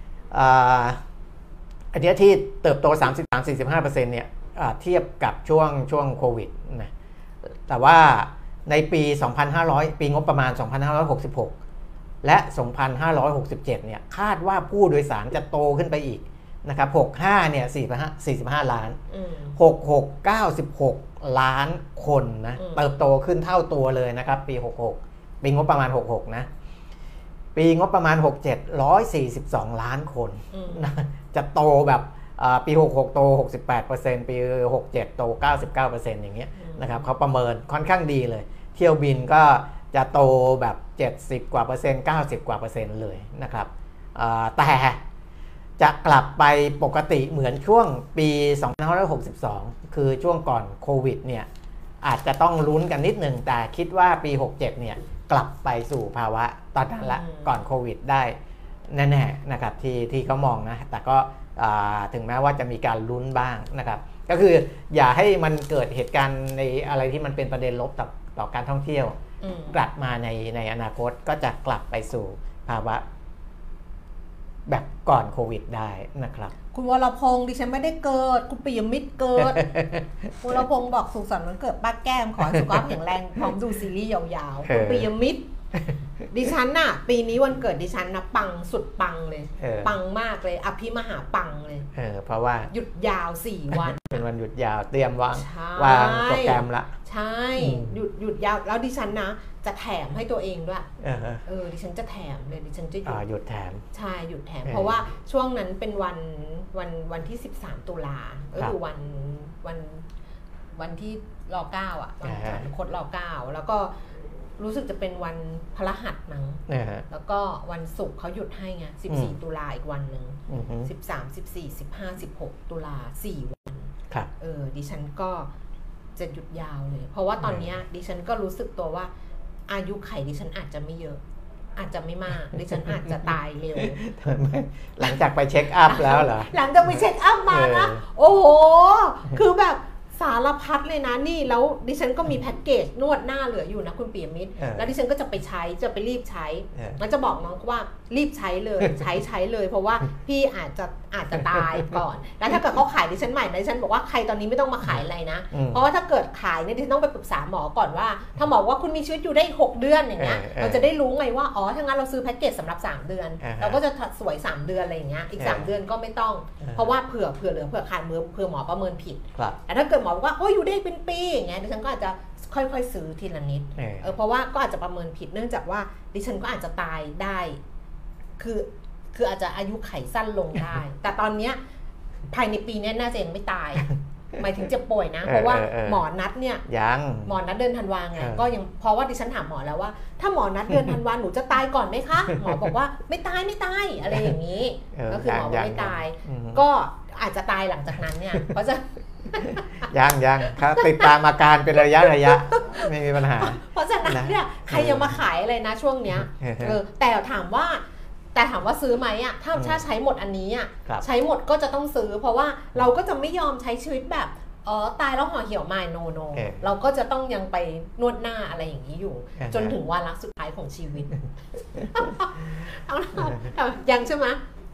C: อันนี้ที่เติบโต สามสิบสามถึงสี่สิบห้าเปอร์เซ็นต์ เนี่ยเทียบกับช่วงช่วงโควิดนะแต่ว่าในปีสองพันห้าร้อยปีงบประมาณสองพันห้าร้อยหกสิบหกและสองพันห้าร้อยหกสิบเจ็ดเนี่ยคาดว่าผู้โดยสารจะโตขึ้นไปอีกนะครับหกสิบห้าเนี่ยสี่สิบห้าล้านหกสิบหก เก้าสิบหกล้านคนนะเติบโตขึ้นเท่าตัวเลยนะครับปีหกสิบหกปีงบประมาณหกสิบหกนะปีงบประมาณหกสิบเจ็ด หนึ่งร้อยสี่สิบสองล้านคนนะจะโตแบบปีหกสิบหกโต หกสิบแปดเปอร์เซ็นต์ ปีหกสิบเจ็ดโต เก้าสิบเก้าเปอร์เซ็นต์ อย่างเงี้ยนะครับเขาประเมินค่อนข้างดีเลยเที่ยวบินก็จะโตแบบเจ็ดสิบกว่าเปอร์เซ็นต์เก้าสิบกว่าเปอร์เซ็นต์เลยนะครับแต่จะกลับไปปกติเหมือนช่วงปีสองพันห้าร้อยหกสิบสองคือช่วงก่อนโควิดเนี่ยอาจจะต้องลุ้นกันนิดนึงแต่คิดว่าปีหกสิบเจ็ดเนี่ยกลับไปสู่ภาวะตอนนั้นละก่อนโควิดได้แน่ๆนะครับที่ที่เขามองนะแต่ก็ถึงแม้ว่าจะมีการลุ้นบ้างนะครับก็คืออย่าให้มันเกิดเหตุการณ์ในอะไรที่มันเป็นประเด็นลบต่อต่อการท่องเที่ยวกลับมาในในอนาคตก็จะกลับไปสู่ภาวะแบบก่อนโควิดได้นะครับ
B: คุณวรพงศ์ดิฉันไม่ได้เกิดคุณปิยมิตรเกิด คุณวรพงศ์บอกสุขสันต์วันเกิดป้าแก้มขอให้สุขภาพแข็งแรงพร้อมดูซีรีส์ยาวๆคุณปิยมิตรดิฉันน่ะปีนี้วันเกิดดิฉันนะปังสุดปังเลยปังมากเลยอภิมหาปังเลย
C: เออเพราะว่า
B: หยุดยาวสี่วัน
C: เป็นวันหยุดยาวเตรียมวางวางโปรแกรมละ
B: ใช่หยุดหยุดยาวแล้วดิฉันนะจะแถมให้ตัวเองด้วยเออดิฉันจะแถมเลยดิฉันจะหยุด
C: หยุดแถม
B: ใช่หยุดแถมเพราะว่าช่วงนั้นเป็นวันวันวันที่สิบสามตุลาก็คือวันวันวันที่รอเก้าอ่ะวันคดรอเก้าแล้วก็รู้สึกจะเป็นวันพฤหัสมั้งแล้วก็วันศุกร์เขาหยุดให้ไงสิบสี่ตุลาอีกวันนึงสิบสาม สิบสี่ สิบห้า สิบหกตุลาสี่วันเออดิฉันก็จะหยุดยาวเลยเพราะว่าตอนนี้ดิฉันก็รู้สึกตัวว่าอายุไขดิฉันอาจจะไม่เยอะอาจจะไม่มากดิฉันอาจจะตายเร็ว
C: หลังจากไปเช็คอัพแล้วเหรอ
B: หลังจากไปเช็คอัพมานะโอ้โหคือแบบสารพัดเลยนะนี่แล้วดิฉันก็มีแพ็กเกจนวดหน้าเหลืออยู่นะคุณปิยมิตรแล้วดิฉันก็จะไปใช้จะไปรีบใช้แล้วจะบอกน้องว่ารีบใช้เลยใช้ใช้เลยเพราะว่าพี่อาจจะอาจจะตายก่อนแล้วถ้าเกิดเขาขายดิฉันใหม่ดิฉันบอกว่าใครตอนนี้ไม่ต้องมาขายอะไรนะเพราะว่าถ้าเกิดขายเนี่ยดิฉันต้องไปปรึกษาหมอก่อนว่าถ้าหมอว่าคุณมีชีวิตอยู่ได้หกเดือนอย่างเงี้ยเราจะได้รู้ไงว่าอ๋อถ้างั้นเราซื้อแพ็กเกจสำหรับสามเดือนเราก็จะสวยสามเดือนอะไรอย่างเงี้ยอีกสามเดือนก็ไม่ต้องเพราะว่าเผื่อเผื่อเหลือเผื่อขาดเมื่อเผื่อหมอประเมินผิดแต่ถ้าเกิดหมอบอกว่าโอ้ยอยู่ได้เป็นปีอย่างเงี้ยดิฉันก็อาจจะค่อยๆซื้อทีละนิดเออเพราะว่าก็อาจจะประเมินผิดเนื่องจากว่าดิฉันก็อาจจะตายได้คือคืออาจจะอายุไขสั้นลงได้แต่ตอนเนี้ยภายในปีนี้น่าจะยังไม่ตายหมายถึงจะป่วยนะเพราะว่าหมอนัดเนี่ย
C: ยัง
B: หมอนัดเดือนธันวาไงก็ยังเพราะว่าดิฉันถามหมอแล้วว่าถ้าหมอนัดเดือนธันวาหนูจะตายก่อนไหมคะหมอบอกว่าไม่ตายไม่ตายอะไรอย่างนี้ก็คือหมอว่าไม่ตายก็อาจจะตายหลังจากนั้นเนี่ยเพราะจะ
C: ยังยังครับติดตามอาการเป็นระยะระยะไม่มีปัญหา
B: เพราะฉะนั้นเนี่ยใครยังมาขายอะไรนะช่วงเนี้ยเออแต่ถามว่าแต่ถามว่าซื้อไหมอ่ะถ้าถ้าใช้หมดอันนี้อ่ะใช้หมดก็จะต้องซื้อเพราะว่าเราก็จะไม่ยอมใช้ชีวิตแบบอ๋อตายแล้วห่อเหี่ยวไม่โนโนเราก็จะต้องยังไปนวดหน้าอะไรอย่างนี้อยู่จนถึงวาระสุดท้ายของชีวิตเอายังใช่ไหม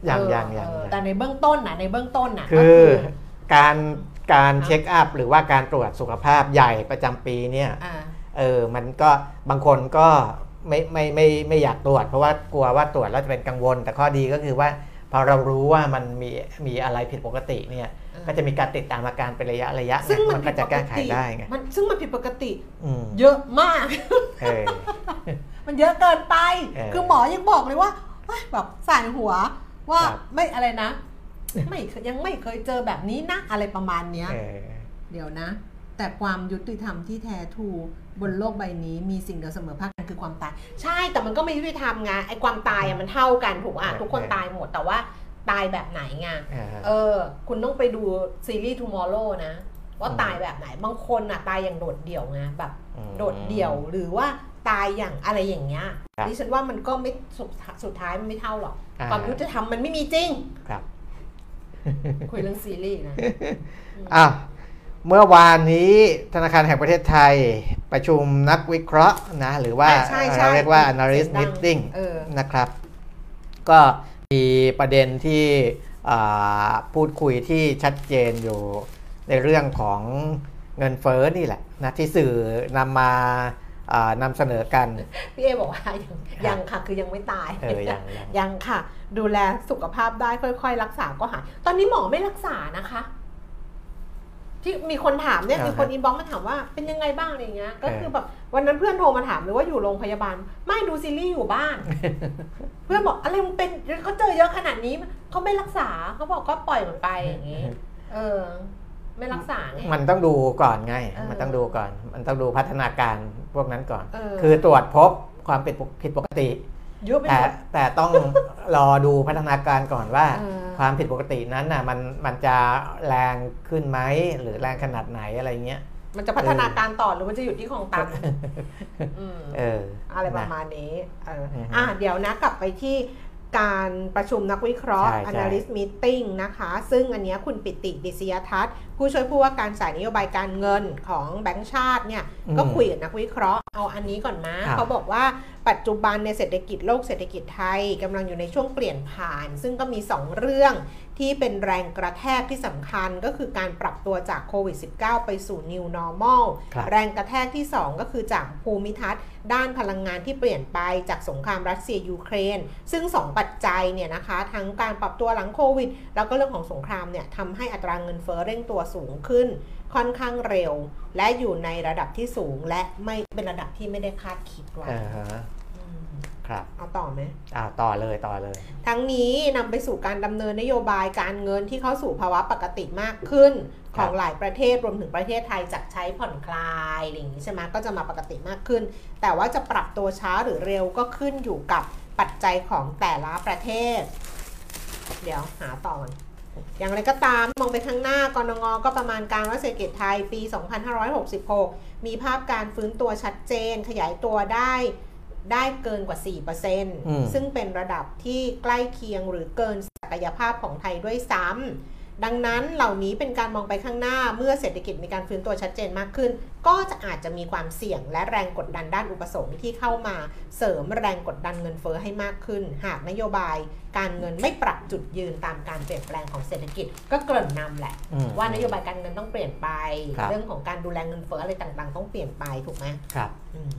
C: อย่างอย่างอย่าง
B: แต่ในเบื้องต้นน่ะในเบื้องต้นน่ะ
C: คือการการเช็คอัพหรือว่าการตรวจสุขภาพใหญ่ประจำปีเนี่ยเออมันก็บางคนก็ไม่ไม่ไม่ไม่อยากตรวจเพราะว่ากลัวว่าตรวจแล้วจะเป็นกังวลแต่ข้อดีก็คือว่าพอเรารู้ว่ามันมีมีอะไรผิดปกติเนี่ยก็จะมีการติดตามอาการเป็นระยะระยะ
B: ซึ่ง
C: มันก็จะแก้ไขได้ไง
B: มันซึ่งมันผิดปกติเยอะมากมันเยอะเกินไปคือหมอยังบอกเลยว่าแบบใส่หัวว่าไม่อะไรนะไม่ยังไม่เคยเจอแบบนี้นะอะไรประมาณเนี้ยเดี๋ยวนะแต่ความยุติธรรมที่แท้ทูบนโลกใบนี้มีสิ่งเดียวเสมอภาคกันคือความตายใช่แต่มันก็ไม่ยุติธรรมไงไอ้ความตายมันเท่ากันถูกอ่ะทุกคนตายหมดแต่ว่าตายแบบไหนไงเออคุณต้องไปดูซีรีส์ Tomorrow นะว่าตายแบบไหนบางคนอ่ะตายอย่างโดดเดี่ยวไงแบบโดดเดี่ยวหรือว่าตายอย่างอะไรอย่างเงี้ยดิฉันว่ามันก็ไม่สุดท้ายมันไม่เท่าหรอกความยุติธรรมมันไม่มีจริง
C: ครับ
B: คุยเรื่องซีรีส์นะ
C: อ้าวเมื่อวานนี้ธนาคารแห่งประเทศไทยประชุมนักวิเคราะห์นะหรือว่าเราเรียกว่า analyst meeting นะครับก็มีประเด็นที่พูดคุยที่ชัดเจนอยู่ในเรื่องของเงินเฟ้อนี่แหละนะที่สื่อนำมานำเสนอกัน
B: พี่เอบอกว่ายังยังค่ะคือยังไม่ตาย
C: เออยัง
B: ยังค่ะดูแลสุขภาพได้ค่อยๆรักษาก็หายตอนนี้หมอไม่รักษานะคะที่มีคนถามเนี่ยมีคนอินบ็อกซ์มาถามว่าเป็นยังไงบ้างอะไรเงี้ยก็คือแบบวันนั้นเพื่อนโทรมาถามเลยว่าอยู่โรงพยาบาลไม่ดูซีรีส์อยู่บ้านเพื่อนบอกอะไรมันเป็นเขาเจอเยอะขนาดนี้เขาไม่รักษาเขาบอกก็ปล่อยมันไปอย่างงี้เออไม่รักษาไง
C: มันต้องดูก่อนไงมันต้องดูก่อนมันต้องดูพัฒนาการพวกนั้นก่อนคือตรวจพบความผิดผิดปกติแต่แต่ต้องรอดูพัฒนาการก่อนว่าความผิดปกตินั้นน่ะมันมันจะแรงขึ้นไหมหรือแรงขนาดไหนอะไรเงี้ย
B: มันจะพัฒนาการต่อหรือมันจะหยุดที่ของต่ำเอออะไรประมาณนี้เอออ่ะเดี๋ยวนะกลับไปที่การประชุมนักวิเคราะห์ analyst meeting นะคะซึ่งอันนี้คุณปิติดิษยทัศน์ผู้ช่วยผู้ว่าการสายนโยบายการเงินของแบงก์ชาติเนี่ยก็คุยกับนักวิเคราะห์เอาอันนี้ก่อนนะเขาบอกว่าปัจจุบันในเศรษฐกิจโลกเศรษฐกิจไทยกำลังอยู่ในช่วงเปลี่ยนผ่านซึ่งก็มีสองเรื่องที่เป็นแรงกระแทกที่สำคัญก็คือการปรับตัวจากโควิด สิบเก้า ไปสู่ New Normal แรงกระแทกที่สองก็คือจากภูมิทัศน์ด้านพลังงานที่เปลี่ยนไปจากสงครามรัสเซียยูเครนซึ่งสองปัจจัยเนี่ยนะคะทั้งการปรับตัวหลังโควิดแล้วก็เรื่องของสงครามเนี่ยทำให้อัตราเงินเฟ้อเร่งตัวสูงขึ้นค่อนข้างเร็วและอยู่ในระดับที่สูงและไม่เป็นระดับที่ไม่ได้คาดคิดไว้
C: ครับ
B: เอาต่อไหม
C: อ่าต่อเลยต่อเลย
B: ทั้งนี้นำไปสู่การดำเนินนโยบายการเงินที่เข้าสู่ภาวะปกติมากขึ้นของหลายประเทศรวมถึงประเทศไทยจัดใช้ผ่อนคลายอะไรอย่างนี้ใช่ไหมก็จะมาปกติมากขึ้นแต่ว่าจะปรับตัวช้าหรือเร็วก็ขึ้นอยู่กับปัจจัยของแต่ละประเทศเดี๋ยวหาต่ออย่างไรก็ตามมองไปข้างหน้ากนง.ก็ประมาณการว่าเศรษฐกิจไทยปี สองพันห้าร้อยหกสิบหก มีภาพการฟื้นตัวชัดเจนขยายตัวได้ได้เกินกว่า สี่เปอร์เซ็นต์ ซึ่งเป็นระดับที่ใกล้เคียงหรือเกินศักยภาพของไทยด้วยซ้ำดังนั้นเหล่านี้เป็นการมองไปข้างหน้าเมื่อเศรษฐกิจมีการฟื้นตัวชัดเจนมากขึ้นก็จะอาจจะมีความเสี่ยงและแรงกดดันด้านอุปสงค์ที่เข้ามาเสริมแรงกดดันเงินเฟ้อให้มากขึ้นหากนโยบายการเงินไม่ปรับจุดยืนตามการเปลี่ยนแปลงของเศรษฐกิจก็เกริ่นนำแหละว่านโยบายการเงินต้องเปลี่ยนไปเรื่องของการดูแลเงินเฟ้ออะไรต่างๆต้องเปลี่ยนไปถูกไหม
C: ครับ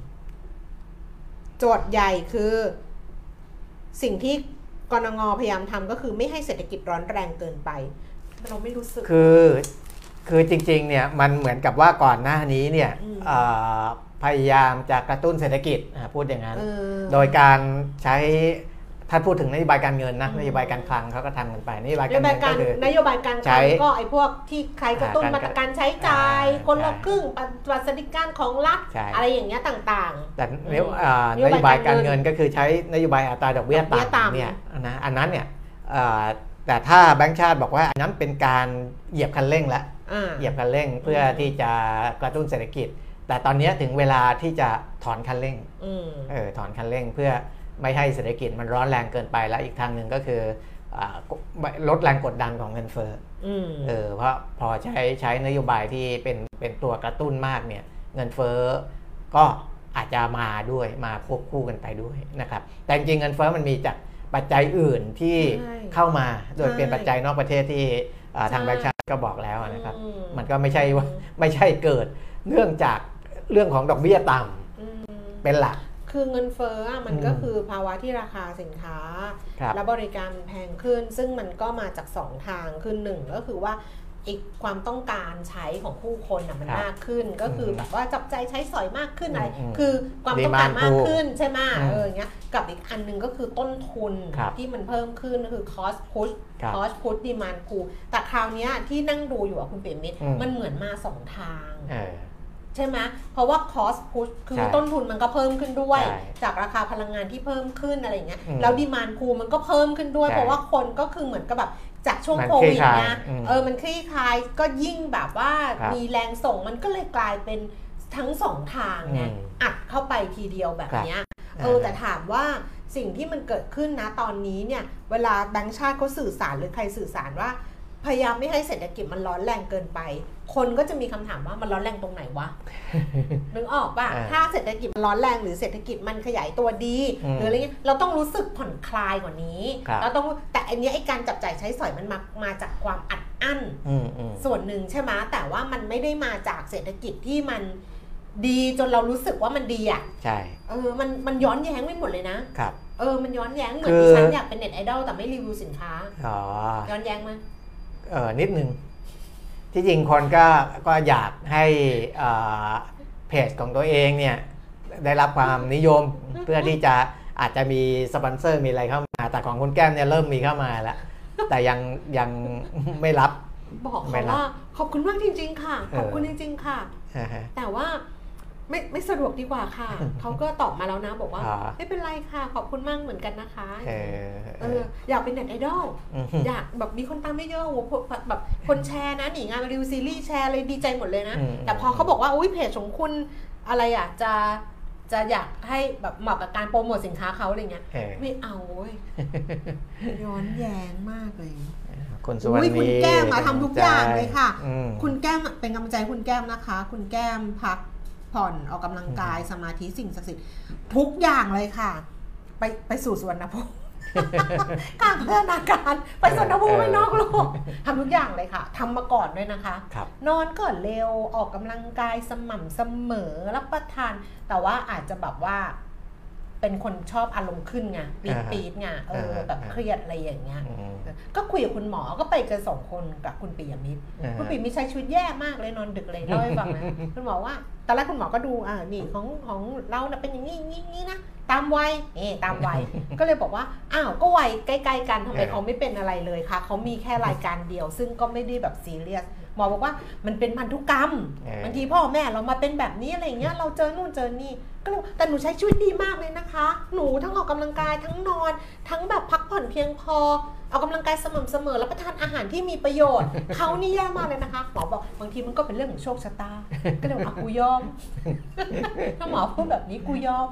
B: โจทย์ใหญ่คือสิ่งที่กนง.พยายามทำก็คือไม่ให้เศรษฐกิจร้อนแรงเกินไปเราไม่รู้สึก
C: คือคือจริงๆเนี่ยมันเหมือนกับว่าก่อนหน้านี้เนี่ยพยายามจะกระตุ้นเศรษฐกิจพูดอย่างนั้นโดยการใช้ถ้าพูดถึงนโยบายการเงินนะนโยบายการคลังเขาก็ทำกันไปนโยบายการเงินก็คือน
B: โยบายการคลังก็ไอ้พวกที่ใครกระตุ้นมาตรการใช้จ่ายคนละครึ่งบัตรสวัสดิการของรัฐอะไรอย่างเงี้ยต่าง
C: ๆแต่นโยบายการเงินก็คือใช้นโยบายอัตราดอกเบี้ยต่ำเนี่ยนะอันนั้นเนี่ยแต่ถ้าแบงก์ชาติบอกว่าอันนั้นเป็นการเหยียบคันเร่งแล้วเหยียบคันเร่งเพื่อที่จะกระตุ้นเศรษฐกิจแต่ตอนนี้ถึงเวลาที่จะถอนคันเร่งเออถอนคันเร่งเพื่อไม่ให้เศรษฐกิจมันร้อนแรงเกินไปแล้วอีกทางหนึ่งก็คือลดแรงกดดันของเงินเฟ้อเออเพราะพอใช้ใช้นโยบายที่เป็นเป็นตัวกระตุ้นมากเนี่ยเงินเฟ้อก็อาจจะมาด้วยมาควบคู่กันไปด้วยนะครับแต่จริงๆเงินเฟ้อมันมีจากปัจจัยอื่นที่เข้ามาโดยเป็นปัจจัยนอกประเทศที่ทางแบงก์ชาติก็บอกแล้วนะครับมันก็ไม่ใช่ว่าไม่ใช่เกิดเนื่องจากเรื่องของดอกเบี้ยต่ำเป็นหลัก
B: คือเงินเฟ้อมันก็คือภาวะที่ราคาสินค้าและบริการแพงขึ้นซึ่งมันก็มาจากสองทางคือหนึ่งก็คือว่าอีกความต้องการใช้ของผู้คนมันมากขึ้นก็คือแบบว่าจับใจใช้สอยมากขึ้นอะไรคือความต้องการมากขึ้นใช่ไหมเอออย่างเงี้ยกับอีกอันนึงก็คือต้นทุนที่มันเพิ่มขึ้นก็คือ cost push cost push demand pull แต่คราวนี้ที่นั่งดูอยู่อะคุณเปี่ยมมิตรมันเหมือนมาสองทางใช่ไหมเพราะว่า cost push คือต้นทุนมันก็เพิ่มขึ้นด้วยจากราคาพลังงานที่เพิ่มขึ้นอะไรเงี้ยแล้ว demand pull มันก็เพิ่มขึ้นด้วยเพราะว่าคนก็คือเหมือนกับแบบจากช่วงโควิดนะเออมันคลี่คลายก็ยิ่งแบบว่ามีแรงส่งมันก็เลยกลายเป็นทั้งสองทางไงอัดเข้าไปทีเดียวแบบนี้เออแต่ถามว่าสิ่งที่มันเกิดขึ้นนะตอนนี้เนี่ยเวลาแบงก์ชาติเขาสื่อสารหรือใครสื่อสารว่าพยายามไม่ให้เศรษฐกิจมันร้อนแรงเกินไปคนก็จะมีคำถามว่ามันร้อนแรงตรงไหนวะ นึกออกป่ะถ้าเศรษฐกิจมันร้อนแรงหรือเศรษฐกิจมันขยายตัวดีหรืออะไรเงี้ยเราต้องรู้สึกผ่อนคลายกว่านี้เราต้องแต่อันนี้ไอ้การจับจ่ายใช้สอยมันมามาจากความอัดอั้นส่วนหนึ่งใช่ไหมแต่ว่ามันไม่ได้มาจากเศรษฐกิจที่มันดีจนเรารู้สึกว่ามันดีอ่ะ
C: ใช่
B: เออมันมันย้อนแย้งไม่หมดเลยนะครับเออมันย้อนแย้งเหมือนที่ฉันอยากเป็นเน็ตไอดอลแต่ไม่รีวิวสินค้าอ๋อย้อนแย้งมั้ย
C: เออนิดนึงที่จริงคนก็ก็อยากให้เพจของตัวเองเนี่ยได้รับความนิยมเพื่อที่จะอาจจะมีสปอนเซอร์มีอะไรเข้ามาแต่ของคุณแก้มเนี่ยเริ่มมีเข้ามาแล้วแต่ยังยังไม่รับ
B: บอกเขาว่าขอบคุณมากจริงๆค่ะขอบคุณจริงๆค่ะแต่ว่าไม่ไม่สะดวกดีกว่าค่ะเขาก็ตอบมาแล้วนะบอกว่าไม่เป็นไรค่ะขอบคุณมากเหมือนกันนะคะเออเอออยากเป็นเน็ตไอดอลอยากแบบมีคนตามเยอะๆโอ้โหแบบคนแชร์นะหนีงานมารีวิวซีรีส์แชร์เลยดีใจหมดเลยนะแต่พอเขาบอกว่าอุ้ยเพจของคุณอะไรอ่ะจะจะอยากให้แบบเหมาะกับการโปรโมทสินค้าเขาอะไรเงี้ยไม่เอาเว้ยย้อนแย้งมากเลย
C: คุณสุวรรณี
B: คุณแก้มมาทำทุกอย่างเลยค่ะคุณแก้มเป็นกำลังใจคุณแก้มนะคะคุณแก้มพักผ่อนออกกำลังกายสมาธิสิ่งศักดิ์สิทธิ์ทุกอย่างเลยค่ะไปไปสู่สุวรรณภูมิการพัฒนาการไปสุวรรณภูมิไปนอกโลกทำทุกอย่างเลยค่ะทำมาก่อนด้วยนะคะนอนก่อนเร็วออกกำลังกายสม่ำเสมอรับประทานแต่ว่าอาจจะแบบว่าเป็นคนชอบอารมณ์ขึ้นไงปี๊ดปี๊ดไงเออแบบเครียดอะไรอย่างเงี้ยก็คุยกับคุณหมอก็ไปกันสองคนกับคุณปิยมิตรคุณปิยมิตรใช้ชีวิตแย่มากเลยนอนดึกเลยเล่าให้ฟังนะคุณหมอว่าตอนแรกคุณหมอก็ดูอ่านี่ของของเราเนี่ยเป็นอย่างนี้นี้นะตามวัยเอ๊ตามวัยก็เลยบอกว่าอ้าวก็วัยใกล้ๆกันทำไมเขาไม่เป็นอะไรเลยคะเขามีแค่รายการเดียวซึ่งก็ไม่ได้แบบซีเรียสหมอบอกว่ามันเป็นพันธุกรรมบางทีพ่อแม่เรามาเป็นแบบนี้อะไรเงี้ยเราเจอนู่นเจอนี่ก็เลยแต่หนูใช้ชีวิตดีมากเลยนะคะหนูทั้งออกกำลังกายทั้งนอนทั้งแบบพักผ่อนเพียงพอออกกำลังกายสม่ำเสมอรับประทานอาหารที่มีประโยชน์เขานี่แย่มากเลยนะคะหมอบอกบางทีมันก็เป็นเรื่องของโชคชะตาก็เลยบอกกูยอมถ้าหมอพูดแบบนี้กูยอม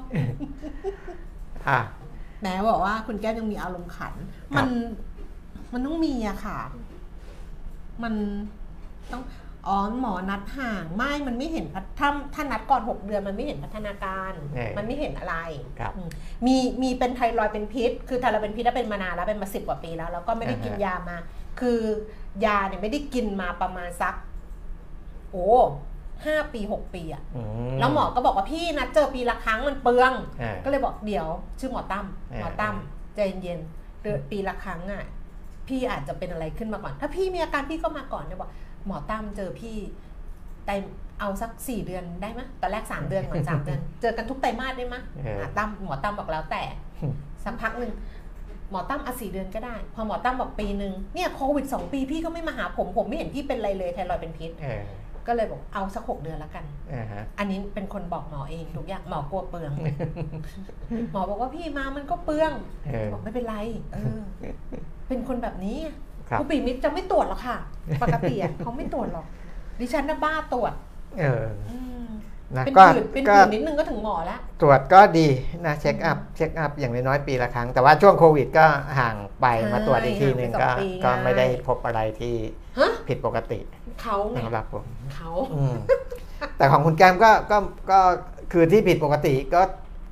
B: แม้บอกว่าคุณแก้วยังมีอารมณ์ขันมันมันต้องมีอะค่ะมันต้องอ๋อหมอนัดห่างไม่มันไม่เห็นถ้าถ้านัดก่อนหกเดือนมันไม่เห็นพัฒนาการมันไม่เห็นอะไรมีมีเป็นไทรอยด์เป็นพิษคือไทรอยด์เป็นพิษแล้วเป็นมานานแล้วเป็นมาสิบกว่าปีแล้วแล้วก็ไม่ได้กินยามาคือยาเนี่ยไม่ได้กินมาประมาณสักโอ้ห้าปีหกปีอะแล้วหมอก็บอกว่าพี่นัดเจอปีละครั้งมันเปลืองก็เลยบอกเดี๋ยวชื่อหมอตั้มหมอตั้มใจเย็นๆปีละครั้งอะพี่อาจจะเป็นอะไรขึ้นมาก่อนถ้าพี่มีอาการพี่ก็มาก่อนเนี่ยบอกหมอตั้มเจอพี่แต่เอาสักสี่เดือนได้ไหมตอนแรกสามเดือนก่อนสามเดือนเจอกันทุกไตรมาสได้ไหมตั้มหมอตั้มบอกแล้วแต่สักพักหนึ่งหมอตั้มอ่ะสี่เดือนก็ได้พอหมอตั้มบอกปีนึงเนี่ยโควิดสองปีพี่ก็ไม่มาหาผมผมไม่เห็นพี่เป็นอะไรเลยไทรอยด์เป็นพิษก็เลยบอกเอาสักหกเดือนแล้วกันอันนี้เป็นคนบอกหมอเองทุกอย่างหมอกลัวเปลืองหมอบอกว่าพี่มามันก็เปลืองบอกไม่เป็นไรเออเป็นคนแบบนี้คุณปิยมิตรจะไม่ตรวจหรอกค่ะปกติเขาไม่ตรวจหรอกดิฉันน่ะบ้าตรวจเออเป็นผื่นเป็นผื่นนิดนึงก็ถึงหมอแล้ว
C: ตรวจก็ดีนะเช็คอัพเช็คอัพอย่างน้อยๆปีละครั้งแต่ว่าช่วงโควิดก็ห่างไปมาตรวจอีกทีนึงก็ก็ไม่ได้พบอะไรที่ผิดปกติ
B: เขา
C: นะครับผม
B: เขา
C: แต่ของคุณแก้มก็ก็ก็คือที่ผิดปกติก็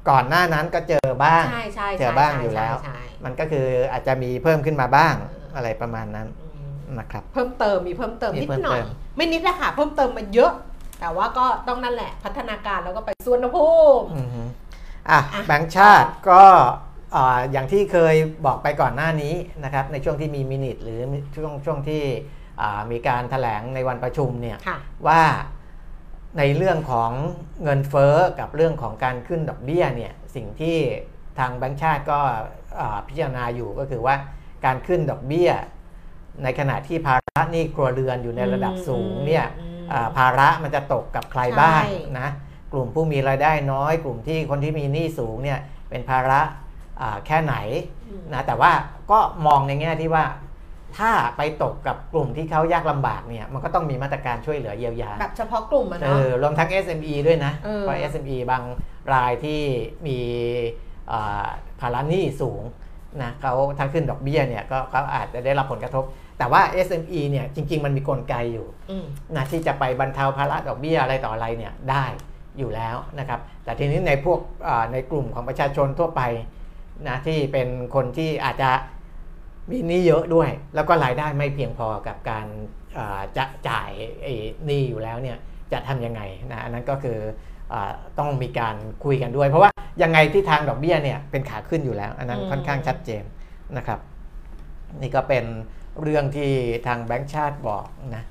C: ก่อนหน้านั้นก็เจอบ้างเจอบ้างอยู่แล้วมันก็คืออาจจะมีเพิ่มขึ้นมาบ้างอะไรประมาณนั้นนะครับ
B: เพิ่มเติมมีเพิ่มเติมนิดหน่อยไม่นิดละค่ะเพิ่มเติมมาเยอะแต่ว่าก็ต้องนั่นแหละพัฒนาการแล้วก็ไปสุวรรณภูมิ
C: อ่ะแบงก์ชาติก็อย่างที่เคยบอกไปก่อนหน้านี้นะครับในช่วงที่มีมินิทหรือช่วงช่วงที่มีการแถลงในวันประชุมเนี่ยว่าในเรื่องของเงินเฟ้อกับเรื่องของการขึ้นดอกเบี้ยเนี่ยสิ่งที่ทางแบงก์ชาติก็พิจารณาอยู่ก็คือว่าการขึ้นดอกเบี้ยในขณะที่ภาระหนี้ครัวเรือนอยู่ในระดับสูงเนี่ยภาระมันจะตกกับใครบ้างนะกลุ่มผู้มีรายได้น้อยกลุ่มที่คนที่มีหนี้สูงเนี่ยเป็นภาระแค่ไหนนะแต่ว่าก็มองในแง่ที่ว่าถ้าไปตกกับกลุ่มที่เขายากลำบากเนี่ยมันก็ต้องมีมาตรการช่วยเหลือเยียวยา
B: แบบเฉพาะกลุ่มอะเนาะ
C: รวมทั้ง เอส เอ็ม อี ด้วยนะเพราะ เอส เอ็ม อี บางรายที่มีภาระหนี้สูงนะเขาถ้าขึ้นดอกเบี้ยเนี่ยก็เขาอาจจะได้รับผลกระทบแต่ว่า เอส เอ็ม อี เนี่ยจริงๆมันมีกลไกอยู่นะที่จะไปบรรเทาภาระดอกเบี้ยอะไรต่ออะไรเนี่ยได้อยู่แล้วนะครับแต่ทีนี้ในพวกในกลุ่มของประชาชนทั่วไปนะที่เป็นคนที่อาจจะมีหนี้เยอะด้วยแล้วก็รายได้ไม่เพียงพอกับการจะจ่ายไอ้หนี้อยู่แล้วเนี่ยจะทำยังไงนะอันนั้นก็คือต้องมีการคุยกันด้วยเพราะว่ายังไงที่ทางดอกเบี้ยเนี่ยเป็นขาขึ้นอยู่แล้วอันนั้นค่อนข้างชัดเจนนะครับนี่ก็เป็นเรื่องที่ทางแบงก์ชาติบอกนะ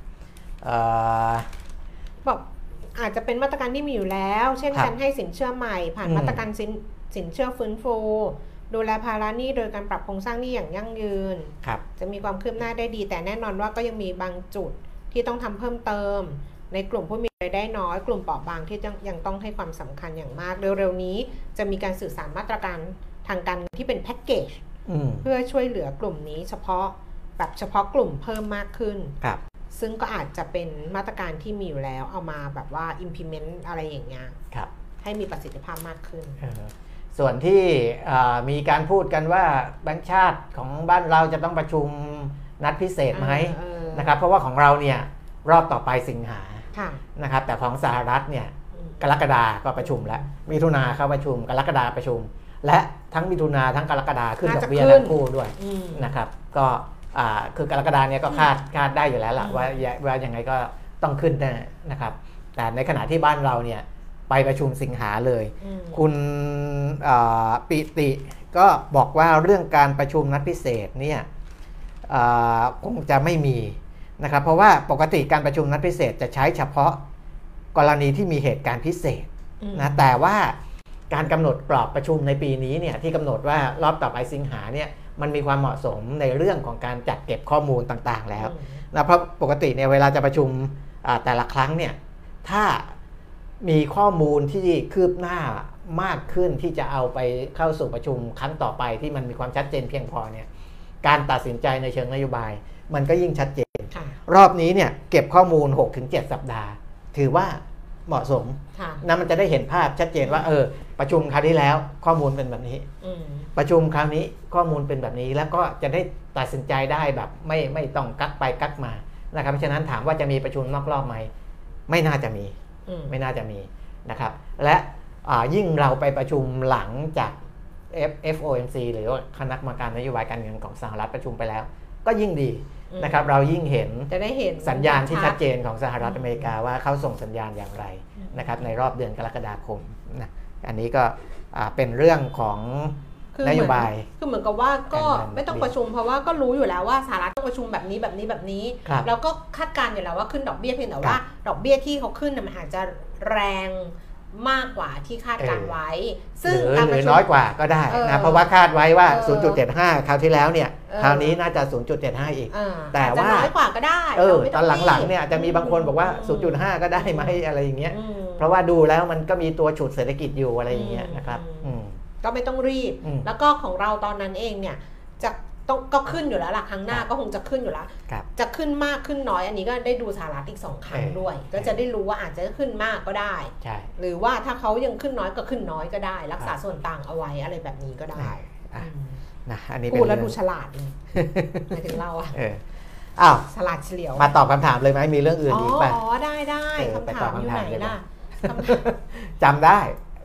B: บอกอาจจะเป็นมาตรการที่มีอยู่แล้วเช่นการให้สินเชื่อใหม่ผ่านมาตรการสินสินเชื่อฟื้นฟูดูแลภาระหนี้โดยการปรับโครงสร้างหนี้อย่างยั่งยืนจะมีความคืบหน้าได้ดีแต่แน่นอนว่าก็ยังมีบางจุดที่ต้องทำเพิ่มเติมในกลุ่มผู้มีรายได้น้อยกลุ่มเปราะบางที่ยังต้องให้ความสำคัญอย่างมากเร็วๆนี้จะมีการสื่อสารมาตรการทางการเงินที่เป็นแพ็กเกจเพื่อช่วยเหลือกลุ่มนี้เฉพาะแบบเฉพาะกลุ่มเพิ่มมากขึ้นซึ่งก็อาจจะเป็นมาตรการที่มีอยู่แล้วเอามาแบบว่า implement อะไรอย่างเงี้ยให้มีประสิทธิภาพมากขึ้น
C: ส่วนที่มีการพูดกันว่าแบงก์ชาติของบ้านเราจะต้องประชุมนัดพิเศษไหมนะครับเพราะว่าของเราเนี่ยรอบต่อไปสิงหานะครับแต่ของสหรัฐเนี่ยกรกฎาก็ประชุมแล้วมิถุนาเข้าประชุมกรกฎาประชุมและทั้งมิถุนาทั้งกรกฎาขึ้นดอกเบี้ยทั้งคู่ด้วยนะครับก็คือกรกฎาเนี่ยก็คาดคาดได้อยู่แล้วล่ะว่าว่ายังไงก็ต้องขึ้นแน่นะครับแต่ในขณะที่บ้านเราเนี่ยไปประชุมสิงหาเลยคุณปิติก็บอกว่าเรื่องการประชุมนัดพิเศษเนี่ยคงจะไม่มีนะครับเพราะว่าปกติการประชุมนัดพิเศษจะใช้เฉพาะกรณีที่มีเหตุการณ์พิเศษนะแต่ว่าการกำหนดกรอบประชุมในปีนี้เนี่ยที่กำหนดว่ารอบต่อไปสิงหาเนี่ยมันมีความเหมาะสมในเรื่องของการจัดเก็บข้อมูลต่างๆแล้วนะเพราะปกติเนี่ยเวลาจะประชุมแต่ละครั้งเนี่ยถ้ามีข้อมูลที่คืบหน้ามากขึ้นที่จะเอาไปเข้าสู่ประชุมครั้งต่อไปที่มันมีความชัดเจนเพียงพอเนี่ยการตัดสินใจในเชิงนโยบายมันก็ยิ่งชัดเจนรอบนี้เนี่ยเก็บข้อมูล หกถึงเจ็ด สัปดาห์ถือว่าเหมาะสมนะมันจะได้เห็นภาพชัดเจนว่าเออประชุมคราวที่แล้วข้อมูลเป็นแบบนี้ประชุมคราวนี้ข้อมูลเป็นแบบนี้แล้วก็จะได้ตัดสินใจได้แบบไม่ไม่ต้องกักไปกักมานะครับเพราะฉะนั้นถามว่าจะมีประชุมนอกรอบไหมไม่น่าจะมีไม่น่าจะมีนะครับและยิ่งเราไปประชุมหลังจาก เอฟ โอ เอ็ม ซี หรือคณะกรรมการนโยบายการเงินของสหรัฐประชุมไปแล้วก็ยิ่งดีนะครับเรายิ่งเห็น
B: จะได้เห็น
C: สัญญาณที่ชัดเจนของสหรัฐอเมริกาว่าเขาส่งสัญญาณอย่างไรนะครับในรอบเดือนกรกฎาคมนะอันนี้ก็เป็นเรื่องของนโยบาย
B: คือเหมือนกับว่าก็ไม่ต้องประชุมเพราะว่าก็รู้อยู่แล้วว่าสหรัฐต้องประชุมแบบนี้แบบนี้แบบนี้แล้วก็คาดการณ์อยู่แล้วว่าขึ้นดอกเบี้ยเพียงแต่ว่าดอกเบี้ยที่เขาขึ้นมันอาจจะแรงมากกว่าที่คาดการไว้
C: ซึ่งการประชุมน้อยกว่าก็ได้นะเพราะว่าคาดไว้ว่า ศูนย์จุดเจ็ดห้า คราวที่แล้วเนี่ยคราวนี้น่าจะ ศูนย์จุดเจ็ดห้า อีก
B: แต่ว่าน้อยกว่าก็ได้
C: เออตอนหลังๆเนี่ยจะมีบางคนบอกว่า ศูนย์จุดห้า ก็ได้ไหมอะไรอย่างเงี้ยเพราะว่าดูแล้วมันก็มีตัวฉุดเศรษฐกิจอยู่อะไรอย่างเงี้ยนะครับ
B: ก็ไม่ต้องรีบแล้วก็ของเราตอนนั้นเองเนี่ยจะต้องก็ขึ้นอยู่แล้วล่ะครั้งหน้าก็คงจะขึ้นอยู่แล้วจะขึ้นมากขึ้นน้อยอันนี้ก็ได้ดูสหรัฐอีกสองครั้งด้วยก็จะได้รู้ว่าอาจจะขึ้นมากก็ได้หรือว่าถ้าเขายังขึ้นน้อยก็ขึ้นน้อยก็ได้รักษาส่วนต่างเอาไว้อะไรแบบนี้ก็ได้
C: นะอันนี้
B: พูดแล้วดูฉลาดเลยหมายถึงเราอะ
C: อ้าว
B: ฉลาดเฉลียว
C: มาตอบคำถามเลยไหมมีเรื่องอื่นอีกป่ะ
B: อ๋อได้ได้คำถามอยู่ไหนล่ะ
C: จำได้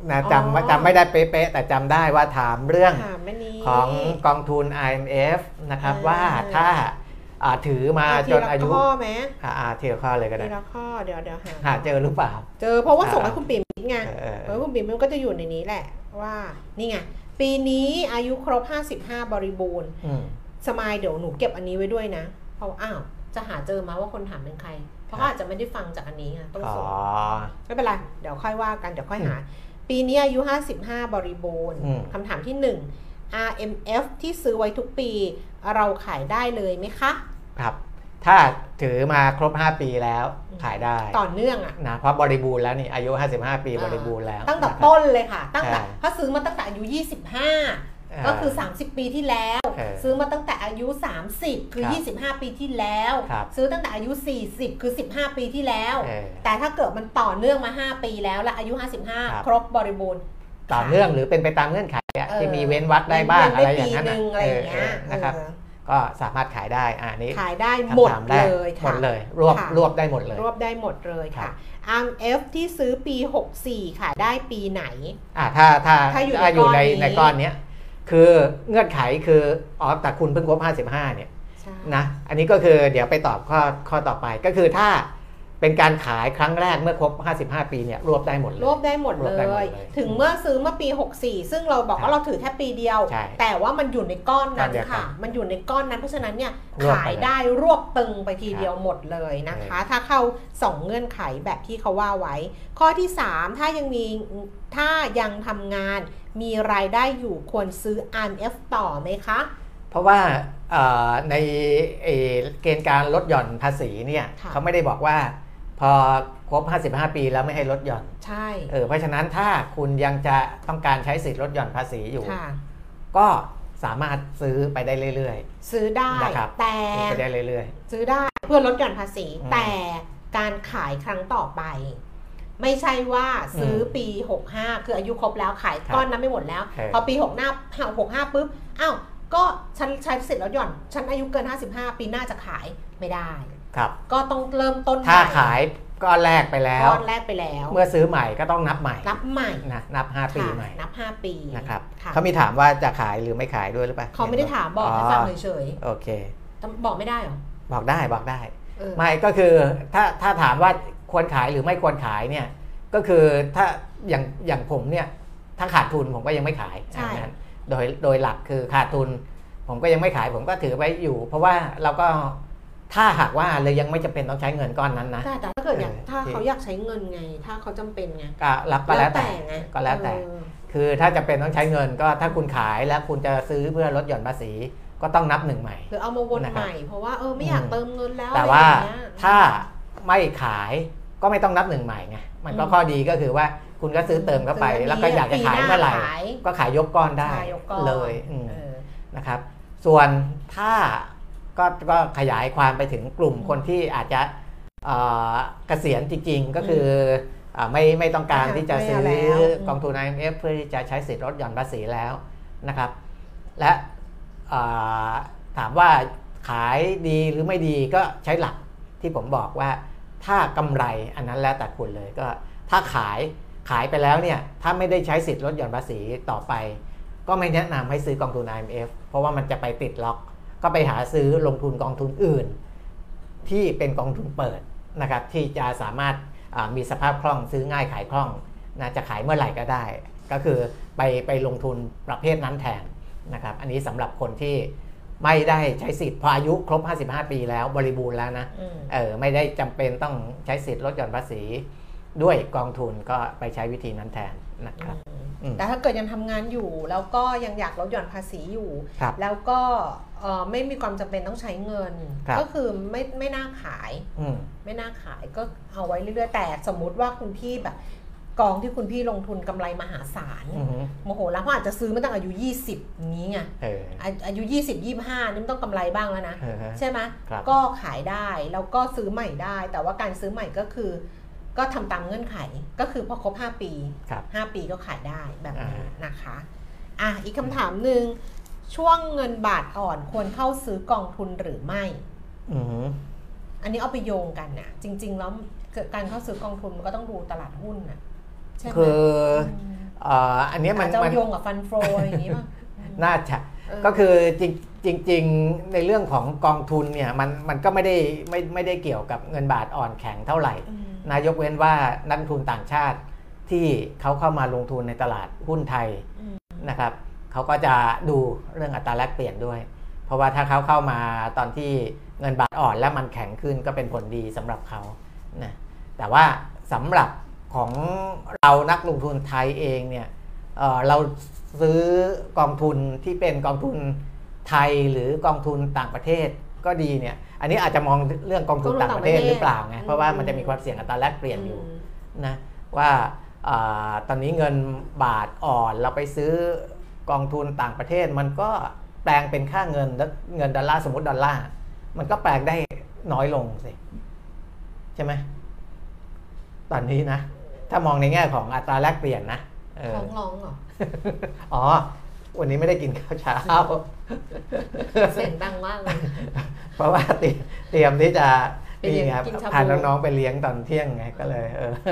C: นะจำจำไม่ได้เป๊ะๆแต่จำได้ว่าถามเรื่องของกองทุน ไอ เอ็ม เอฟ นะครับว่าถ้าถือมาจนอายุ
B: ข้อไหม
C: อ่าทีละข้อเลยก็ได้
B: ทีละข้อเดี๋ยวเดี๋ยว
C: หาเจอหรือเปล่า
B: เจอเพราะว่าส่งให้คุณปิ่มไงเออคุณปิ่มมันก็จะอยู่ในนี้แหละว่านี่ไงปีนี้อายุครบห้าสิบห้าบริบูรณ์สมายเดี๋ยวหนูเก็บอันนี้ไว้ด้วยนะเพราะอ้าวจะหาเจอมาว่าคนถามเป็นใครเพราะเขาอาจจะไม่ได้ฟังจากอันนี้ไงต้องส่งไม่เป็นไรเดี๋ยวค่อยว่ากันเดี๋ยวค่อยหาปีนี้อายุห้าสิบห้าบริบูรณ์คำถามที่หนึ่ง อาร์ เอ็ม เอฟ ที่ซื้อไว้ทุกปีเราขายได้เลยไหมคะ
C: ครับถ้าถือมาครบห้าปีแล้วขายได้
B: ต่อเนื่องอ่ะ
C: นะเพราะบริบูรณ์แล้วนี่อายุห้าสิบห้าปีบริบูรณ์แล้ว
B: ตั้งแต่ต้นเลยค่ะตั้งแต่ถ้าซื้อมาตั้งแต่อายุยี่สิบห้าก็คือสามสิบปีที่แล้วซื้อมาตั้งแต่อายุสามสิบคือยี่สิบห้าปีที่แล้วซื้อตั้งแต่อายุสี่สิบคือสิบห้าปีที่แล้วแต่ถ้าเกิดมันต่อเนื่องมาห้าปีแล้วและอายุห้าสิบห้าครบบริบูรณ์
C: ต่อเนื่องหรือเป็นไปตามเงื่อนไขที่มีเว้นวรรคได้บ้างอะไรอย่างนั้นนะครับก็สามารถขายได้อ่านี้
B: ขายได้หมดเลย
C: ค่ะหมดเลยรวบรวบได้หมดเลย
B: รวบได้หมดเลยค่ะ อาร์ เอ็ม เอฟ ที่ซื้อปีหกสิบสี่ขายได้ปีไหน
C: อ่าถ้าถ้าถ้าอยู่ในในก้อนนี้คือเงื่อนไขคืออ๋อแต่คุณเพิ่งครบห้าสิบห้าเนี่ยนะอันนี้ก็คือเดี๋ยวไปตอบข้อข้อต่อไปก็คือถ้าเป็นการขายครั้งแรกเมื่อครบห้าสิบห้าปีเนี่ยรวบได้หมดเลย
B: รวบได้หมดเลยถึงเมื่อซื้อเมื่อปีหกสิบสี่ซึ่งเราบอกว่าเราถือแค่ปีเดียวแต่ว่ามันอยู่ในก้อนนั้นค่ะมันอยู่ในก้อนนั้นเพราะฉะนั้นเนี่ยขายได้รวบตึงไปทีเดียวหมดเลยนะคะถ้าเข้าสองเงื่อนไขแบบที่เขาว่าไว้ข้อที่สามถ้ายังมีถ้ายังทำงานมีรายได้อยู่ควรซื้อ อาร์ เอ็ม เอฟ ต่อไหมคะ
C: เพราะว่าในเกณฑ์การลดหย่อนภาษีเนี่ยเขาไม่ได้บอกว่าพอครบห้าสิบห้าปีแล้วไม่ให้ลดหย่อน
B: ใช่
C: เออเพราะฉะนั้นถ้าคุณยังจะต้องการใช้สิทธิ์ลดหย่อนภาษีอยู่ก็สามารถซื้อไปได้เรื่อย
B: ๆซื้อได้แต่
C: ไปได้เรื่อย
B: ๆซื้อได้เพื่อลดหย่อนภาษีแต่การขายครั้งต่อไปไม่ใช่ว่าซื้อปีหกสิบห้าคืออายุครบแล้วขายก้อนนั้นไม่หมดแล้วพอปีหกสิบห้า หกสิบห้าปุ๊บอ้าวก็ฉันใช้สิทธิ์ลดหย่อนฉันอายุเกินห้าสิบห้าปีหน้าจะขายไม่ได้
C: ครับ
B: ก็ต้องเริ่มต้น
C: ถ้าขายก้อนแรกไปแล้ว
B: ก้อนแรกไปแล้ว
C: เมื่อซื้อใหม่ก็ต้องนับใหม่
B: นับใหม่
C: นะนับห้าปีใหม่
B: นับห้าปี
C: นะครับเขามีถามว่าจะขายหรือไม่ขายด้วยหรือเปล่า
B: เขาไม่ได้ถามบอกให้ฟังเฉย
C: ๆโอเค
B: บอกไม่ได้หรอ
C: บอกได้บอกได้ไม่ก็คือถ้าถ้าถามว่าควรขายหรือไม่ควรขายเนี่ยก็คือถ้าอย่างอย่างผมเนี่ยถ้าขาดทุนผมก็ยังไม่ขายโดยโดยหลักคือขาดทุนผมก็ยังไม่ขายผมก็ถือไว้อยู่เพราะว่าเราก็ถ้าหากว่าเลยยังไม่จำเป็นต้องใช้เงินก้อนนั้นนะ
B: แต่ถ้าเกิดอยากถ้าเขาอยากใช้เงินไงถ้าเขาจำเป็นไง
C: ก็รับก็แล้วแต่ก็แล้วแต่คือถ้าจำเป็นต้องใช้เงินก็ถ้าคุณขายแล้วคุณจะซื้อเพื่อลดหย่อนภาษีก็ต้องนับหนึ่งใหม่
B: คือเอามาวนใหม่เพราะว่าเออไม่อยากเติมเงินแล้ว
C: แต่ว่าถ้าไม่ขายก็ไม่ต้องนับหนึ่งใหม่ไงมันก็ข้อดีก็คือว่าคุณก็ซื้อเติมเข้าไปแล้วก็อยากจะขายเมื่อไหร่ก็ขายยกก้อนได้เลยนะครับส่วนถ้าก็ก็ขยายความไปถึงกลุ่มคนที่อาจจะเกษียณจริงๆก็คือไม่ไม่ต้องการที่จะซื้อกองทุน ไอ เอ็ม เอฟ เพื่อที่จะใช้สิทธิ์ลดหย่อนภาษีแล้วนะครับและถามว่าขายดีหรือไม่ดีก็ใช้หลักที่ผมบอกว่าถ้ากำไรอันนั้นแล้วแต่คุณเลยก็ถ้าขายขายไปแล้วเนี่ยถ้าไม่ได้ใช้สิทธิ์ลดหย่อนภาษีต่อไปก็ไม่แนะนำให้ซื้อกองทุน ไอ เอ็ม เอฟ เพราะว่ามันจะไปติดล็อกก็ไปหาซื้อลงทุนกองทุนอื่นที่เป็นกองทุนเปิดนะครับที่จะสามารถมีสภาพคล่องซื้อง่ายขายคล่องนะจะขายเมื่อไหร่ก็ได้ก็คือไปไปลงทุนประเภทนั้นแทนนะครับอันนี้สำหรับคนที่ไม่ได้ใช้สิทธิ์พออายุครบห้าสิบห้าปีแล้วบริบูรณ์แล้วนะเออไม่ได้จำเป็นต้องใช้สิทธิ์ลดหย่อนภาษีด้วยกองทุนก็ไปใช้วิธีนั้นแทนนะครับ
B: แต่ถ้าเกิดยังทำงานอยู่แล้วก็ยังอยากลดหย่อนภาษีอยู่แล้วก็ไม่มีความจำเป็นต้องใช้เงินก็คือไม่ไม่น่าขายไม่น่าขายก็เอาไว้เรื่อยๆแต่สมมุติว่าคุณพี่แบบกองที่คุณพี่ลงทุนกำไรมหาศาลโมโหแล้วเพราะอาจจะซื้อมาตั้งอายุยี่สิบนี้ไงอายุยี่สิบ ยี่สิบห้านี่มันต้องกำไรบ้างแล้วนะใช่ไหมก็ขายได้แล้วก็ซื้อใหม่ได้แต่ว่าการซื้อใหม่ก็คือก็ทำตามเงื่อนไขก็คือพอครบห้าปีห้าปีก็ขายได้แบบนี้นะคะอ่ะอีกคำถามหนึ่งช่วงเงินบาทอ่อนควรเข้าซื้อกองทุนหรือไม่อันนี้เอาไปโยงกันนะจริงๆแล้วการเข้าซื้อกองทุนมันก็ต้องดูตลาดหุ้นนะใช่ไหม
C: คืออันนี้มัน
B: จะโยงกับฟันโฟอย่างนี้ป่ะ
C: น่าจะก็คือจริงจริงในเรื่องของกองทุนเนี่ยมันมันก็ไม่ได้ไม่ไม่ได้เกี่ยวกับเงินบาทอ่อนแข็งเท่าไหร่นายกเว้นว่านักทุนต่างชาติที่เขาเข้ามาลงทุนในตลาดหุ้นไทยนะครับเขาก็จะดูเรื่องอัตราแลกเปลี่ยนด้วยเพราะว่าถ้าเขาเข้ามาตอนที่เงินบาทอ่อนและมันแข็งขึ้นก็เป็นผลดีสำหรับเขานะแต่ว่าสำหรับของเรานักลงทุนไทยเองเนี่ย เอ่อ เราซื้อกองทุนที่เป็นกองทุนไทยหรือกองทุนต่างประเทศก็ดีเนี่ยอันนี้อาจจะมองเรื่องกองทุนต่างประเทศหรือเปล่าไงเพราะว่ามันจะมีความเสี่ยงอัตราแลกเปลี่ยนอยู่นะว่าตอนนี้เงินบาทอ่อนเราไปซื้อกองทุนต่างประเทศมันก็แปลงเป็นค่าเงินเงินดอลลาร์สมมติดอลลาร์มันก็แปลงได้น้อยลงสิใช่ไหมตอนนี้นะถ้ามองในแง่ของอัตราแลกเปลี่ยนนะ
B: ท้องร้องเหรอ
C: อ๋อวันนี้ไม่ได้กินข้าวเช้า
B: เสียงดังมากเลย
C: เพราะว่าเตรียมที่จะนี่ครับพาน้องๆไปเลี้ยงตอนเที่ยงไงก็เลยเออ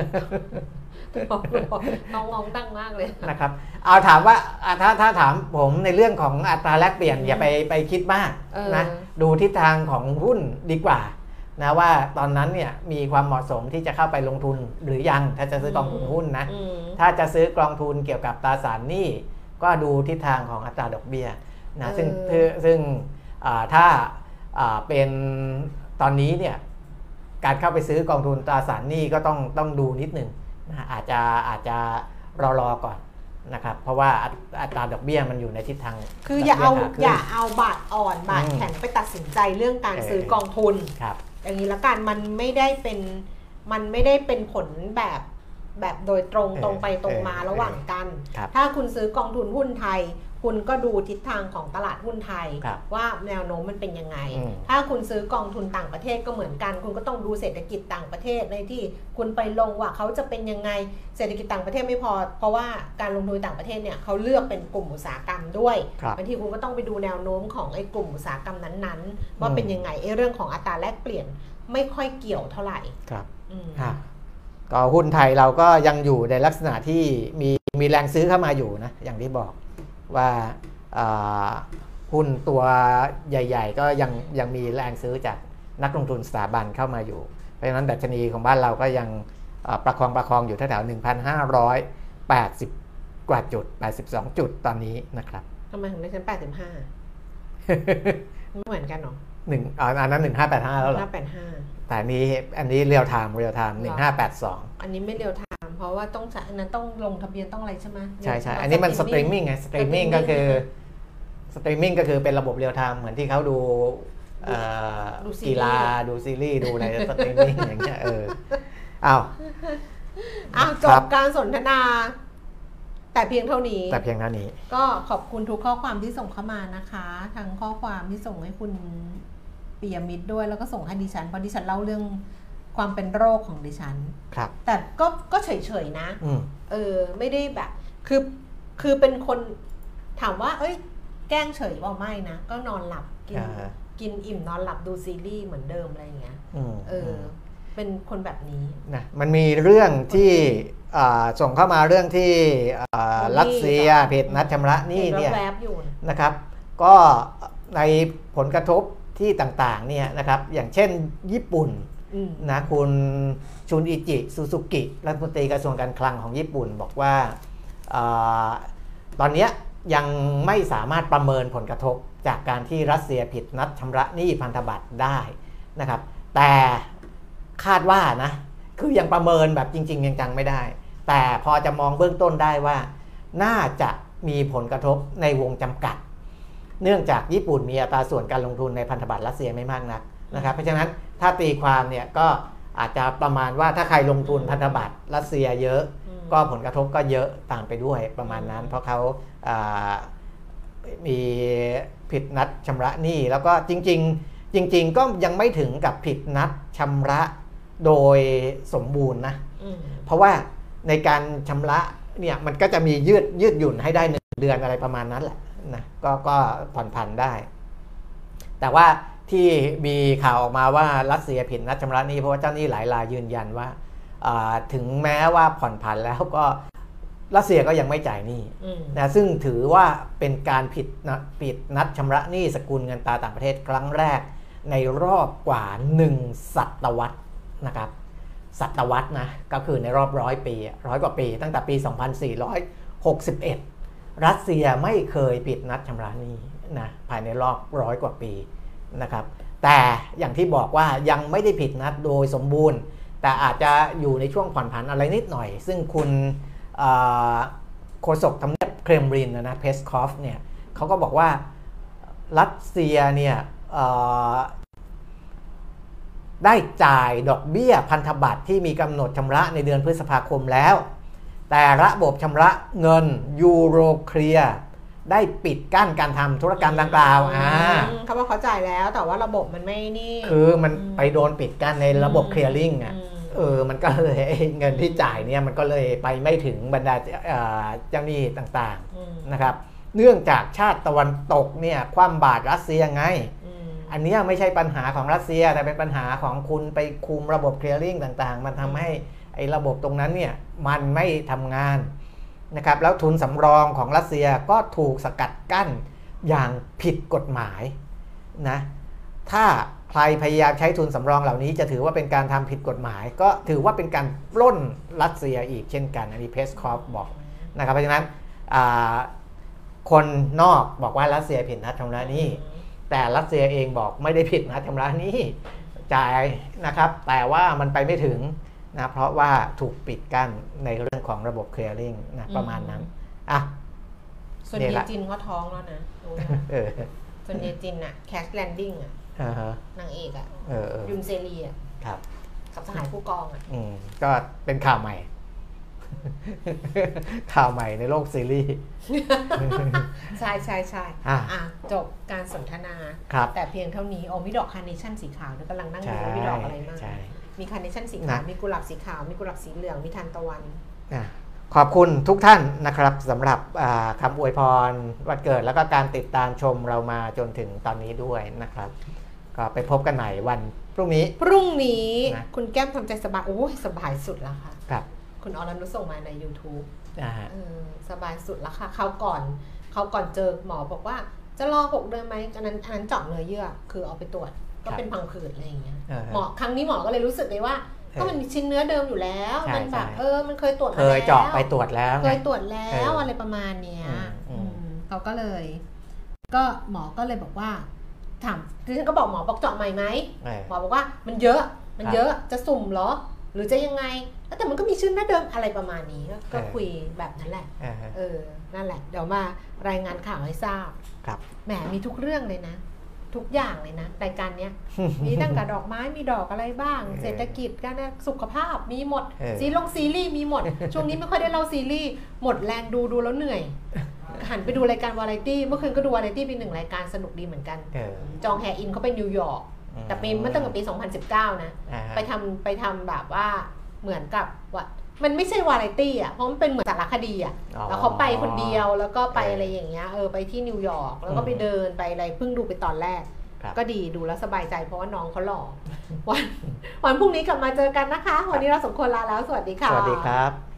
B: น้องร้องดังมากเลย
C: นะครับเอาถามว่าถ้าถ้าถามผมในเรื่องของอัตราแลกเปลี่ยนอย่าไปไปคิดมากนะดูทิศทางของหุ้นดีกว่านะว่าตอนนั้นเนี่ยมีความเหมาะสมที่จะเข้าไปลงทุนหรือยังถ้าจะซื้อกองทุนหุ้นนะถ้าจะซื้อกองทุนเกี่ยวกับตราสารหนี้ก็ดูทิศทางของอัตราดอกเบี้ยนะซึ่งซึ่งถ้าเป็นตอนนี้เนี่ยการเข้าไปซื้อกองทุนตราสารหนี้ก็ต้องต้องดูนิดนึงนะอาจจะอาจจะรอรอก่อนนะครับเพราะว่าอัตราดอกเบี้ยมันอยู่ในทิศทาง
B: คืออย่าเอาอย่าเอาบาทอ่อนบาทแข็งไปตัดสินใจเรื่องการซื้อกองทุนอย่างนี้ละกันมันไม่ได้เป็นมันไม่ได้เป็นผลแบบแบบโดยตรงตรงไปตรงมาระหว่างกันถ้าคุณซื้อกองทุนหุ้นไทยคุณก็ดูทิศทางของตลาดหุ้นไทยว่าแนวโน้มมันเป็นยังไงถ้าคุณซื้อกองทุนต่างประเทศก็เหมือนกันคุณก็ต้องดูเศรษฐกิจต่างประเทศในที่คุณไปลงว่าเขาจะเป็นยังไงเศรษฐกิจต่างประเทศไม่พอเพราะว่าการลงทุนต่างประเทศเนี่ยเขาเลือกเป็นกลุ่มอุตสาหกรรมด้วยบางทีคุณก็ต้องไปดูแนวโน้มของไอ้กลุ่มอุตสาหกรรมนั้นๆว่าเป็นยังไงไอ้เรื่องของอัตราแลกเปลี่ยนไม่ค่อยเกี่ยวเท่าไหร่
C: ครับก็หุ้นไทยเราก็ยังอยู่ในลักษณะที่มีมีแรงซื้อเข้ามาอยู่นะอย่างที่บอกว่าหุ้นตัวใหญ่ๆก็ยังยังมีแรงซื้อจากนักลงทุนสถาบันเข้ามาอยู่เพราะฉะนั้นดัชนีของบ้านเราก็ยังประคองประคองอยู่แถวๆ หนึ่งพันห้าร้อยแปดสิบ กว่าจุดแปดสิบสองจุดตอนนี้นะครับ
B: ทำไมถึงได้ชั้นแปดสิบห้าไม่เหมือนกันหรอ
C: หนึ่งอันนั้นหนึ่งพันห้าร้อยแปดสิบห้าแล้วเหรอหนึ่งพันห้าร้อยแปดสิบห้าแต่อันนี้อันนี้เรียลไทม์เรียลไทม์หนึ่งพันห้าร้อยแปดสิบสอง
B: อันนี้ไม่เรียลไทม์เพราะว่าต้องอันนั้นต้องลงทะเบียนต้องอะไรใช่ไหม
C: ใช่ใช่อันนี้มันสตรีมมิ่งไงสตรีมมิ่งก็คือสตรีมมิ่งก็คือเป็นระบบเรียลไทม์เหมือนที่เขาดูกีฬาดูซีรีส์ดูอะไรสตรีมมิ่งอย่างเงี้ยเอออ้าว
B: อ้าวจบการสนทนาแต่เพียงเท่านี้
C: แต่เพียงเท่านี้
B: ก็ขอบคุณทุกข้อความที่ส่งเข้ามานะคะทั้งข้อความที่ส่งให้คุณปิยมิตรด้วยแล้วก็ส่งให้ดิฉันเพราะดิฉันเล่าเรื่องความเป็นโรคของดิฉัน
C: ครับ
B: แต่ก็ก็เฉยๆนะเออไม่ได้แบบคือคือเป็นคนถามว่าเอ้ยแกล้งเฉยว่าไม่นะก็นอนหลับกินกินอิ่มนอนหลับดูซีรีส์เหมือนเดิมอะไรอย่างเงี้ยเออเป็นคนแบบนี้
C: นะมันมีเรื่องที่ส่งเข้ามาเรื่องที่รัสเซียผิดนัดชำระหนี้เนี่ยนะครับก็ในผลกระทบที่ต่างๆเนี่ยนะครับอย่างเช่นญี่ปุ่นนะคุณชุนอิจิซูซูกิรัฐมนตรีกระทรวงการคลังของญี่ปุ่นบอกว่าตอนนี้ยังไม่สามารถประเมินผลกระทบจากการที่รัสเซียผิดนัดชำระหนี้พันธบัตรได้นะครับแต่คาดว่านะคือยังประเมินแบบจริงๆยังจังไม่ได้แต่พอจะมองเบื้องต้นได้ว่าน่าจะมีผลกระทบในวงจำกัดเนื่องจากญี่ปุ่นมีอัตราส่วนการลงทุนในพันธบัตรรัสเซียไม่มากนักนะครับเพราะฉะนั้นถ้าตีความเนี่ยก็อาจจะประมาณว่าถ้าใครลงทุนพันธบัตรรัสเซียเยอะก็ผลกระทบก็เยอะตามไปด้วยประมาณนั้นเพราะเขามีผิดนัดชำระหนี้แล้วก็จริงๆจริงๆก็ยังไม่ถึงกับผิดนัดชำระโดยสมบูรณ์นะเพราะว่าในการชำระเนี่ยมันก็จะมียืดยืดหยุ่นให้ได้หนึ่งเดือนอะไรประมาณนั้นแหละนะก็ก็ผ่อนผันได้แต่ว่าที่มีข่าวออกมาว่ารัสเซียผิดนัดชำระหนี้เพราะว่าเจ้าหนี้หลายรายยืนยันว่าถึงแม้ว่าผ่อนผันแล้วก็รัสเซียก็ยังไม่จ่ายหนี้นะซึ่งถือว่าเป็นการผิดนะผิดนัดชำระหนี้สกุลเงินตราต่างประเทศครั้งแรกในรอบกว่าหนึ่งศตวรรษนะครับศตวรรษนะก็คือในรอบร้อยปีร้อยกว่าปีตั้งแต่ปีสองพันสี่ร้อยหกสิบเอ็ดรัสเซียไม่เคยผิดนัดชำระหนี้นะภายในรอบร้อยกว่าปีนะครับแต่อย่างที่บอกว่ายังไม่ได้ผิดนัดโดยสมบูรณ์แต่อาจจะอยู่ในช่วงผ่อนผันอะไรนิดหน่อยซึ่งคุณโฆษกทำเนียบเครมลินนะเพสคอฟเนี่ยเขาก็บอกว่ารัสเซียเนี่ยได้จ่ายดอกเบี้ยพันธบัตรที่มีกำหนดชำระในเดือนพฤษภาคมแล้วแต่ระบบชำระเงินยูโรเคลียร์ได้ปิดกั้นการทำธุรกรรมดังกล่าวอ่า
B: เขาบอกเขาจ่ายแล้วแต่ว่าระบบมันไม่นี่
C: คือมันไปโดนปิดกั้นในระบบเคลียร์ลิงอ่ะเออมันก็เลยเงินที่จ่ายเนี่ยมันก็เลยไปไม่ถึงบรรดาเจ้าหนี้ต่างๆนะครับเนื่องจากชาติตะวันตกเนี่ยคว่ำบาตรรัสเซียไงอันนี้ไม่ใช่ปัญหาของรัสเซียแต่เป็นปัญหาของคุณไปคุมระบบเคลียร์ลิงต่างๆมันทำให้ไอ้ระบบตรงนั้นเนี่ยมันไม่ทำงานนะครับแล้วทุนสำรองของรัสเซียก็ถูกสกัดกั้นอย่างผิดกฎหมายนะถ้าใครพยายามใช้ทุนสำรองเหล่านี้จะถือว่าเป็นการทำผิดกฎหมายก็ถือว่าเป็นการปล้นรัสเซียอีกเช่นกันอันนี้เพสคอฟบอกนะครับเพราะฉะนั้นคนนอกบอกว่ารัสเซียผิดนัดชำระหนี้แต่รัสเซียเองบอกไม่ได้ผิดนัดชำระหนี้จ่ายนะครับแต่ว่ามันไปไม่ถึงนะเพราะว่าถูกปิดกั้นในเรื่องของระบบเคลียร์ลิงนะประมาณนั้นอ่ะ
B: ส่วนเยจินเขาท้องแล้วนะส่วนเยจินอะแคชแลนดิ้งอะนางเอกอะยุนเซรีอะกับสหายผู้กองอะ
C: ก็เป็นข่าวใหม่ข่าวใหม่ในโลกซีรีส์
B: ใช่ใช่ใช่จบการสนทนาแต่เพียงเท่านี้โอ้มีดอกคาร์เนชั่นสีขาวกำลังนั่งดูว่ามีดอกอะไรมากมีคาร์เนชั่นสีขาวมีกุหลาบสีขาวมีกุหลาบสีเหลืองมีทานตะวัน
C: ขอบคุณทุกท่านนะครับสำหรับคำอวยพรวันเกิดแล้วก็การติดตามชมเรามาจนถึงตอนนี้ด้วยนะครับก็ไปพบกันใหม่วันพรุ่งนี้
B: พรุ่งนี้คุณแก้มทำใจสบายโอ้ยสบายสุดแล้วค่ะครับคุณอรนุชส่งมาใน YouTube สบายสุดแล้วค่ะเขาก่อนเขาก่อนเจอหมอบอกว่าจะรอหกเดือนไหมอันนั้นอันนั้นเจาะเนื้อเยื่อคือเอาไปตรวจก็เป็นพังผืดอะไรอย่างเงี้ยหมอครั้งนี้หมอก็เลยรู้สึกเลยว่าก็มันชิ้นเนื้อเดิมอยู่แล้วมันแบบเออมันเคยตรวจ
C: เคยเจาะไปตรวจแล้ว
B: เคยตรวจแล้วอะไรประมาณเนี้ยเขาก็เลยก็หมอก็เลยบอกว่าถามดิฉันก็บอกหมอบอกเจาะใหม่ไหมหมอบอกว่ามันเยอะมันเยอะจะสุ่มเหรอหรือจะยังไงแต่มันก็มีชื่อหน้าเดิมอะไรประมาณนี้ก็คุยแบบนั้นแหละเออนั่นแหละเดี๋ยวมารายงานข่าวให้ทราบแหมมีทุกเรื่องเลยนะทุกอย่างเลยนะรายการเนี้ยมีตั้งแต่ดอกไม้มีดอกอะไรบ้างเศรษฐกิจการสุขภาพมีหมดซีรีส์ซีรีส์มีหมดช่วงนี้ไม่ค่อยได้เล่าซีรีส์หมดแรงดูดูแล้วเหนื่อยหันไปดูรายการวาไรตี้เมื่อคืนก็ดูวาไรตี้เป็นหนึ่งรายการสนุกดีเหมือนกันจองแฮอินเขาไปนิวยอร์กแต่ปีเมื่อตั้งแต่ปีสองพันสิบเก้านะไปทำไปทำแบบว่าเหมือนกับว่ามันไม่ใช่วาไรตี้อ่ะเพราะมันเป็นเหมือนสารคดีอ่ะแล้วเขาไปคนเดียวแล้วก็ไปอะไรอย่างเงี้ยเออไปที่นิวยอร์กแล้วก็ไปเดินไปอะไรเพิ่งดูไปตอนแรกก็ดีดูแล้วสบายใจเพราะว่าน้องเขาหล่อวันวันพรุ่งนี้กลับมาเจอกันนะคะวันนี้เราสองคนลาแล้วสวัสดีค่ะ
C: สวัสดีครับ